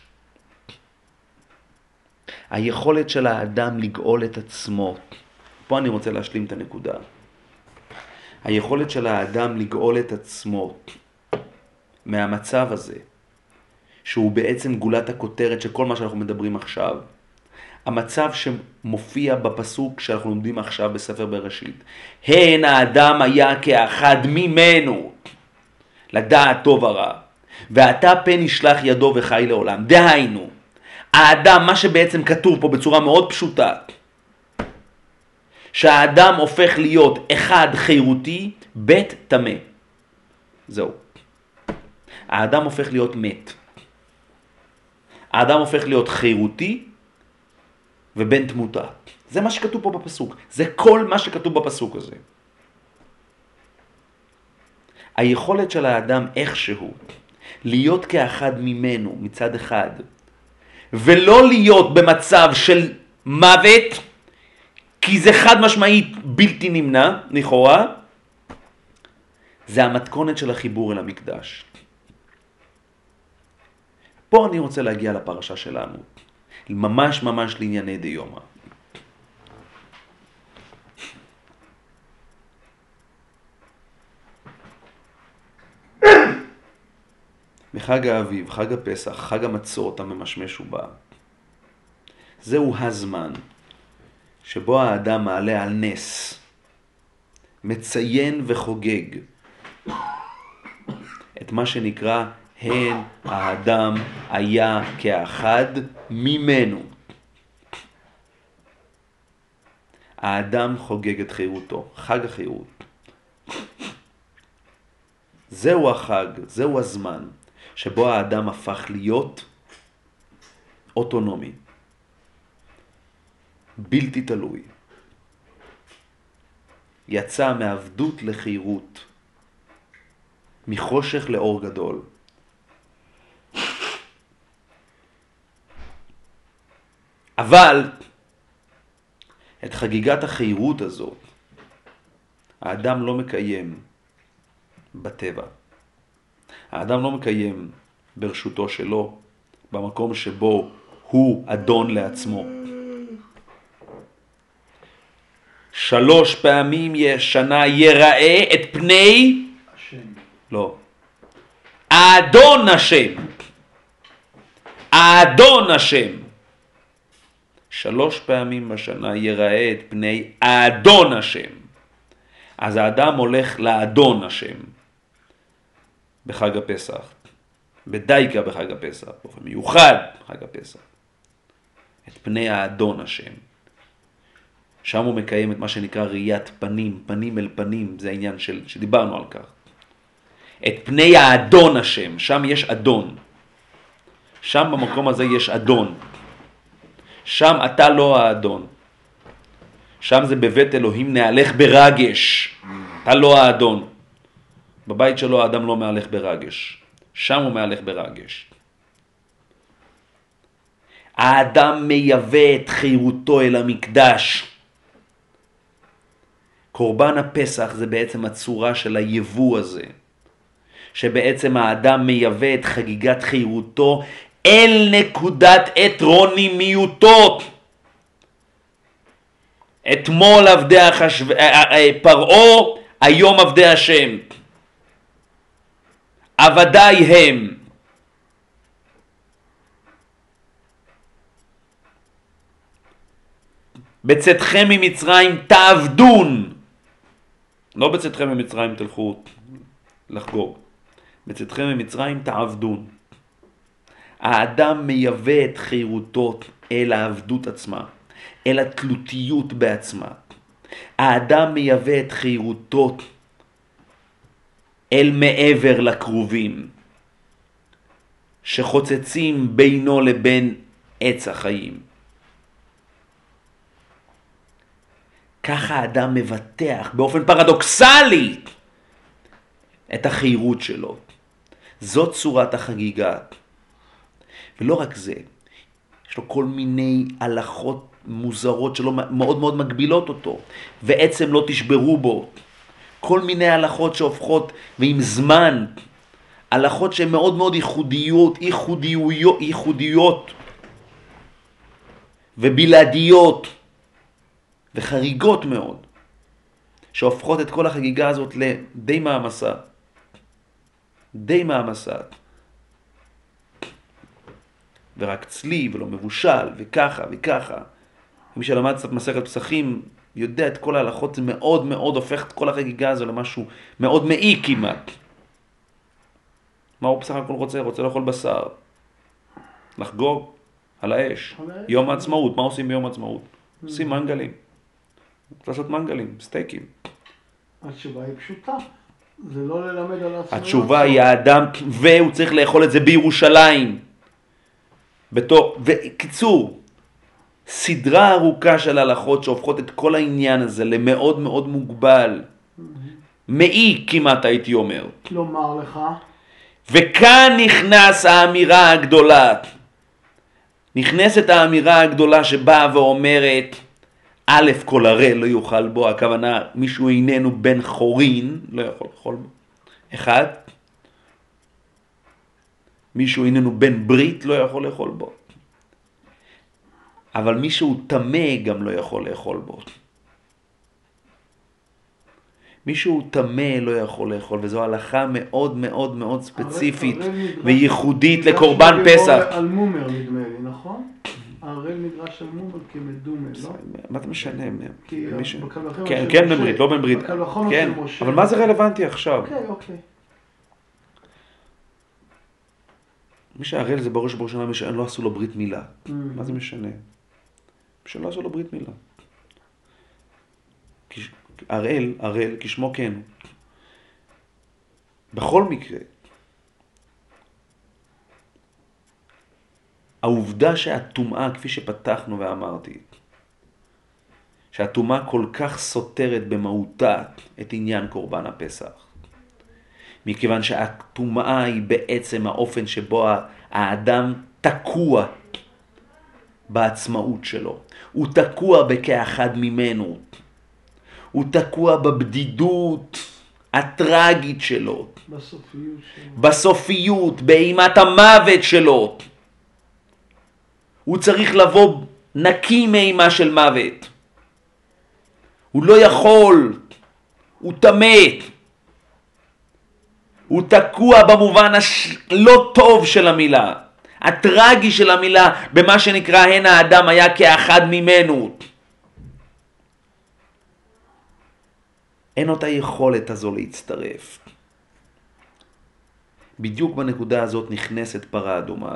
היכולת של האדם לגאול את עצמו. פה אני רוצה להשלים את הנקודה. היכולת של האדם לגאול את עצמו מהמצב הזה, שהוא בעצם גולת הכותרת של כל מה שאנחנו מדברים עכשיו. המצב שמופיע בפסוק שאנחנו לומדים עכשיו בספר בראשית. הן האדם היה כאחד ממנו, לדעת טוב ורע. ואתה פן ישלח ידו וחי לעולם. דהיינו, האדם, מה שבעצם כתוב פה בצורה מאוד פשוטה, שהאדם הופך להיות אחד חירותי, בית טמא. זהו. האדם הופך להיות מת. האדם הופך להיות חירותי ובן תמותה. זה מה שכתוב פה בפסוק. זה כל מה שכתוב בפסוק הזה. היכולת של האדם איכשהו להיות כאחד ממנו מצד אחד, ולא להיות במצב של מוות, כי זה חד משמעית בלתי נמנע, לכאורה, זה המתכונת של החיבור אל המקדש. פה אני רוצה להגיע לפרשה שלנו, ממש ממש לענייני דיומא. בחג האביב, חג הפסח, חג המצות הממשמש ובא. זהו הזמן שבו האדם מעלה על נס, מציין וחוגג את מה שנקרא הן האדם היה כאחד ממנו. האדם חוגג את חירותו, חג החירות. זהו החג, זהו הזמן שבו האדם הפך להיות אוטונומי, בלתי תלוי. יצא מעבדות לחירות, מחושך לאור גדול. אבל את חגיגת החירות הזאת האדם לא מקיים בטבע. האדם לא מקיים ברשותו שלו, במקום שבו הוא אדון לעצמו. שלוש פעמים שנה יראה את פני השם. לא. האדון השם. האדון השם. שלוש פעמים בשנה יראה את פני האדון השם. אז האדם הולך לאדון השם בחג הפסח, בדייקה בחג הפסח, באופן מיוחד בחג הפסח, את פני האדון השם. שם הוא מקיים את מה שנקרא ראיית פנים, פנים אל פנים, זה העניין של, שדיברנו על כך. את פני האדון השם, שם יש אדון. שם במקום הזה יש אדון. שם אתה לא האדון. שם זה בבית אלוהים נהלך ברגש. אתה לא האדון. בבית שלו האדם לא מהלך ברגש. שם הוא מהלך ברגש. האדם מייבא את חירותו אל המקדש. קורבן הפסח זה בעצם הצורה של היבוא הזה. שבעצם האדם מייבא את חגיגת חירותו אל נקודת אתרונימיותו. אתמול עבדי החשב... פרעה, היום עבדי השם. עבדי הם. בצאתכם ממצרים תעבדון. לא בצאתכם ממצרים תלכו לחגוג. בצאתכם ממצרים תעבדון. האדם מייבא את חירותו אל העבדות עצמה, אל התלותיות בעצמה. האדם מייבא את חירותו אל מעבר לקרובים, שחוצצים בינו לבין עץ החיים. ככה האדם מבטח באופן פרדוקסלי את החירות שלו. זאת צורת החגיגה. ולא רק זה, יש לו כל מיני הלכות מוזרות שלא מאוד מאוד מגבילות אותו, ועצם לא תשברו בו. כל מיני הלכות שהופכות, ועם זמן, הלכות שהן מאוד מאוד ייחודיות, ייחודיות, ייחודיות ובלעדיות וחריגות מאוד, שהופכות את כל החגיגה הזאת לדי מעמסה. די מעמסה. ורק צלי ולא מבושל וככה וככה. מי שלמד קצת מסכת פסחים יודע את כל ההלכות, זה מאוד מאוד הופך את כל החגיגה הזו למשהו מאוד מעי כמעט. מה הוא בסך הכל רוצה? רוצה לאכול בשר. לחגוג על האש. יום העצמאות. מה עושים ביום העצמאות? עושים מנגלים. צריך לעשות מנגלים, סטייקים. התשובה היא פשוטה. זה לא ללמד על עצמו. התשובה היא האדם, והוא צריך לאכול את זה בירושלים. בתור, וקיצור, סדרה ארוכה של הלכות שהופכות את כל העניין הזה למאוד מאוד מוגבל. מעי כמעט הייתי אומר. לומר לך. וכאן נכנס האמירה הגדולה. נכנסת האמירה הגדולה שבאה ואומרת, א' כל הרי לא יוכל בו, הכוונה מישהו איננו בן חורין, לא יכול לאכול בו. אחד, מישהו איננו בן ברית, לא יכול לאכול בו. אבל מישהו תמה גם לא יכול לאכול בו. מישהו תמה לא יכול לאכול, וזו הלכה מאוד מאוד מאוד ספציפית וייחודית לקורבן פסח. על מומר נדמה לי, נכון? הרי מדרש על מומר כמדומה, לא? מה אתה משנה? כן, כן בן ברית, לא בן ברית. כן, אבל מה זה רלוונטי עכשיו? אוקיי, אוקיי. מי שהראל זה בראש ובראשונה, מי שלא עשו לו ברית מילה. מה זה משנה? מי שלא עשו לו ברית מילה. הראל, הראל, כשמו כן. בכל מקרה, העובדה שהטומאה, כפי שפתחנו ואמרתי, שהטומאה כל כך סותרת במהותה את עניין קורבן הפסח. מכיוון שהטומאה היא בעצם האופן שבו האדם תקוע בעצמאות שלו. הוא תקוע בכאחד ממנו. הוא תקוע בבדידות הטרגית שלו. בסופיות שלו. בסופיות, באימת המוות שלו. הוא צריך לבוא נקי מאימה של מוות. הוא לא יכול. הוא תמת. הוא תקוע במובן הלא טוב של המילה. הטרגי של המילה, במה שנקרא הן האדם היה כאחד ממנו. אין אותה יכולת הזו להצטרף. בדיוק בנקודה הזאת נכנסת פרה אדומה.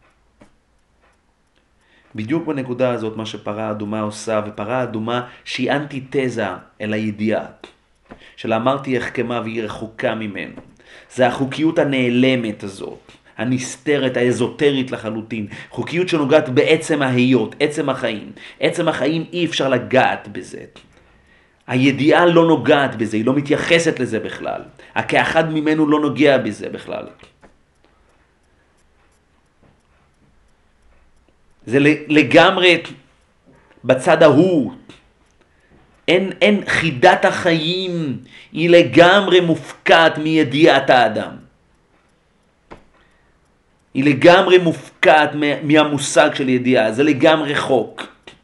בדיוק בנקודה הזאת מה שפרה אדומה עושה, ופרה אדומה שהיא אנטיתזה אל הידיעה. של אמרתי יחכמה והיא רחוקה ממנו. זה החוקיות הנעלמת הזאת. הנסתרת, האזוטרית לחלוטין. חוקיות שנוגעת בעצם ההיות, עצם החיים. עצם החיים אי אפשר לגעת בזה. הידיעה לא נוגעת בזה, היא לא מתייחסת לזה בכלל. הכאחד ממנו לא נוגע בזה בכלל. זה לגמרי בצד ההוא. אין, אין חידת החיים, היא לגמרי מופקעת מידיעת האדם. היא לגמרי מופקעת מהמושג של ידיעה, זה לגמרי חוק.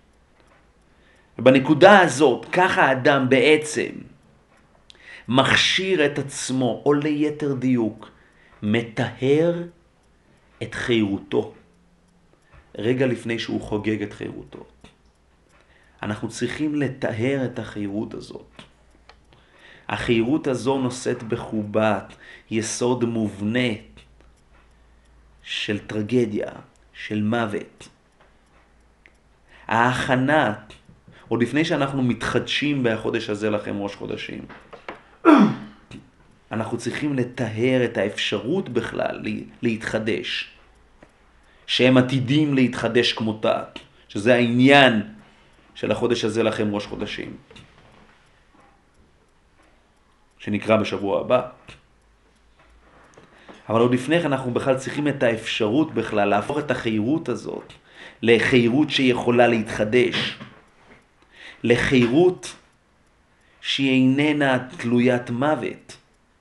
ובנקודה הזאת, ככה האדם בעצם מכשיר את עצמו, או ליתר דיוק, מטהר את חירותו, רגע לפני שהוא חוגג את חירותו. אנחנו צריכים לטהר את החירות הזאת. החירות הזו נושאת בחובה יסוד מובנה של טרגדיה, של מוות. ההכנה, עוד לפני שאנחנו מתחדשים בחודש הזה לכם ראש חודשים, אנחנו צריכים לטהר את האפשרות בכלל להתחדש, שהם עתידים להתחדש כמותה, שזה העניין של החודש הזה לכם ראש חודשים, שנקרא בשבוע הבא. אבל עוד לפני כן אנחנו בכלל צריכים את האפשרות בכלל להפוך את החירות הזאת לחירות שיכולה להתחדש, לחירות שהיא איננה תלוית מוות,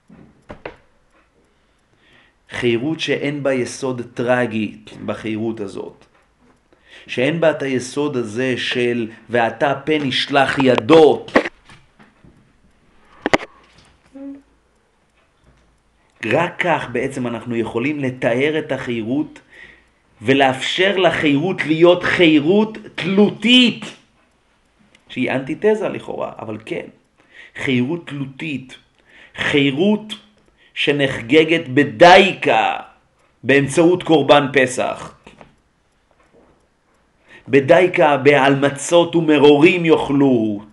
חירות שאין בה יסוד טרגי בחירות הזאת, שאין בה את היסוד הזה של ואתה פן ישלח ידו. רק כך בעצם אנחנו יכולים לתאר את החירות ולאפשר לחירות להיות חירות תלותית, שהיא אנטיתזה לכאורה, אבל כן, חירות תלותית, חירות שנחגגת בדייקה באמצעות קורבן פסח. בדייקה בעל מצות ומרורים יאכלו,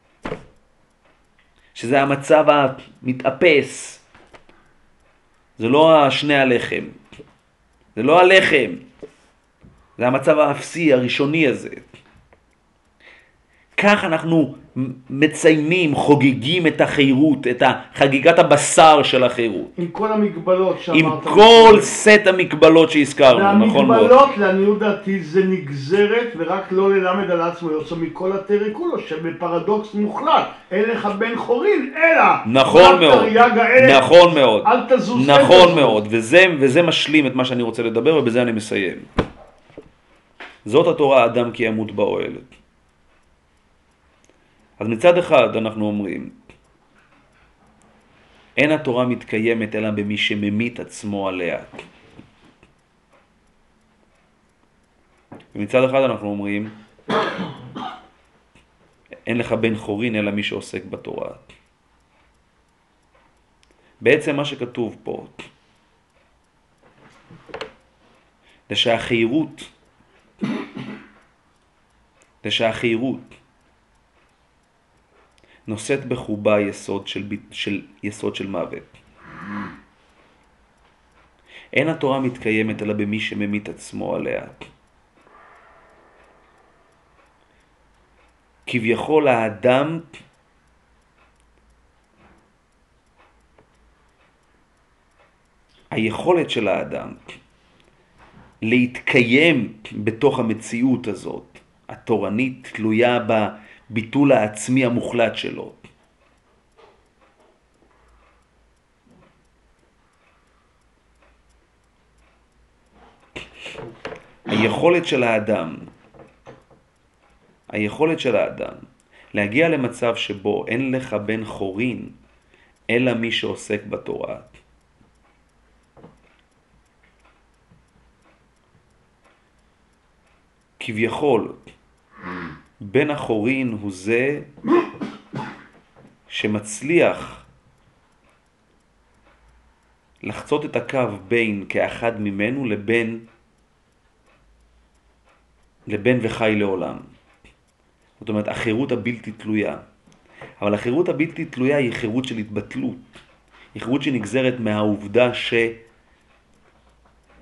שזה המצב המתאפס. זה לא שני הלחם, זה לא הלחם, זה המצב האפסי הראשוני הזה. כך אנחנו מציינים, חוגגים את החירות, את חגיגת הבשר של החירות. עם כל המגבלות שאמרת. עם כל סט המגבלות שהזכרנו, נכון מאוד. והמגבלות, לעניות דעתי, זה נגזרת, ורק לא ללמד על עצמו יוצא מכל התרי כולו, שבפרדוקס מוחלט, אין לך בן חורין, אלא נכון מאוד, נכון מאוד, אל תזוז, נכון מאוד, וזה, וזה משלים את מה שאני רוצה לדבר, ובזה אני מסיים. זאת התורה, האדם כי ימות באוהל. אז מצד אחד אנחנו אומרים, אין התורה מתקיימת אלא במי שממית עצמו עליה. ומצד אחד אנחנו אומרים, אין לך בן חורין אלא מי שעוסק בתורה. בעצם מה שכתוב פה, זה שהחירות, זה שהחירות, נושאת בחובה יסוד של, של, יסוד של מוות. אין התורה מתקיימת אלא במי שממית עצמו עליה. כביכול האדם היכולת של האדם להתקיים בתוך המציאות הזאת, התורנית, תלויה בה ביטול העצמי המוחלט שלו. היכולת של האדם, היכולת של האדם להגיע למצב שבו אין לך בן חורין אלא מי שעוסק בתורה. כביכול בן החורין הוא זה שמצליח לחצות את הקו בין כאחד ממנו לבין לבין וחי לעולם. זאת אומרת, החירות הבלתי תלויה. אבל החירות הבלתי תלויה היא חירות של התבטלות. היא חירות שנגזרת מהעובדה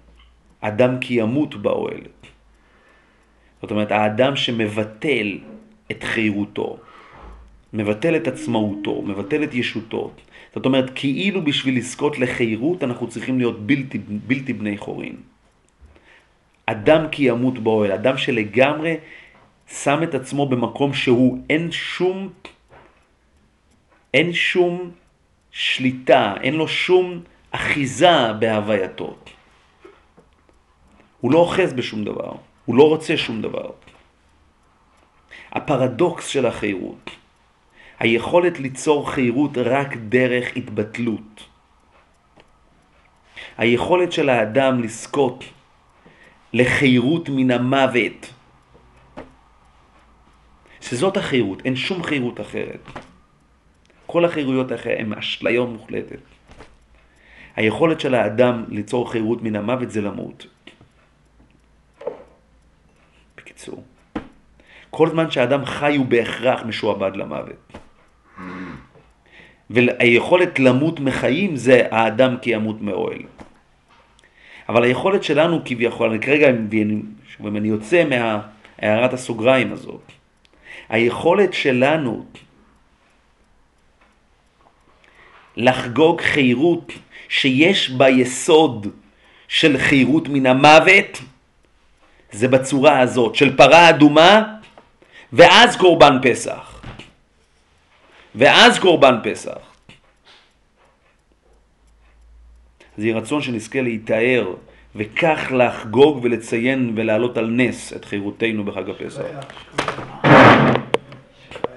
אדם כי ימות באוהל. זאת אומרת, האדם שמבטל את חירותו, מבטל את עצמאותו, מבטל את ישותו. זאת אומרת, כאילו בשביל לזכות לחירות אנחנו צריכים להיות בלתי, בלתי בני חורין. אדם כי ימות באוהל, אדם שלגמרי שם את עצמו במקום שהוא אין שום, אין שום שליטה, אין לו שום אחיזה בהווייתו. הוא לא אוחז בשום דבר, הוא לא רוצה שום דבר. הפרדוקס של החירות, היכולת ליצור חירות רק דרך התבטלות. היכולת של האדם לזכות לחירות מן המוות. שזאת החירות, אין שום חירות אחרת. כל החירויות אחרות הן אשליה מוחלטת. היכולת של האדם ליצור חירות מן המוות זה למות. בקיצור, כל זמן שהאדם חי הוא בהכרח משועבד למוות. והיכולת למות מחיים זה האדם כי ימות מאוהל. אבל היכולת שלנו כביכול, אני כרגע, אם אני יוצא מהערת הסוגריים הזאת, היכולת שלנו לחגוג חירות שיש בה יסוד של חירות מן המוות, זה בצורה הזאת, של פרה אדומה, ואז קורבן פסח. ואז קורבן פסח. זה רצון שנזכה להתאר, וכך לחגוג ולציין ולעלות על נס את חירותנו בחג הפסח.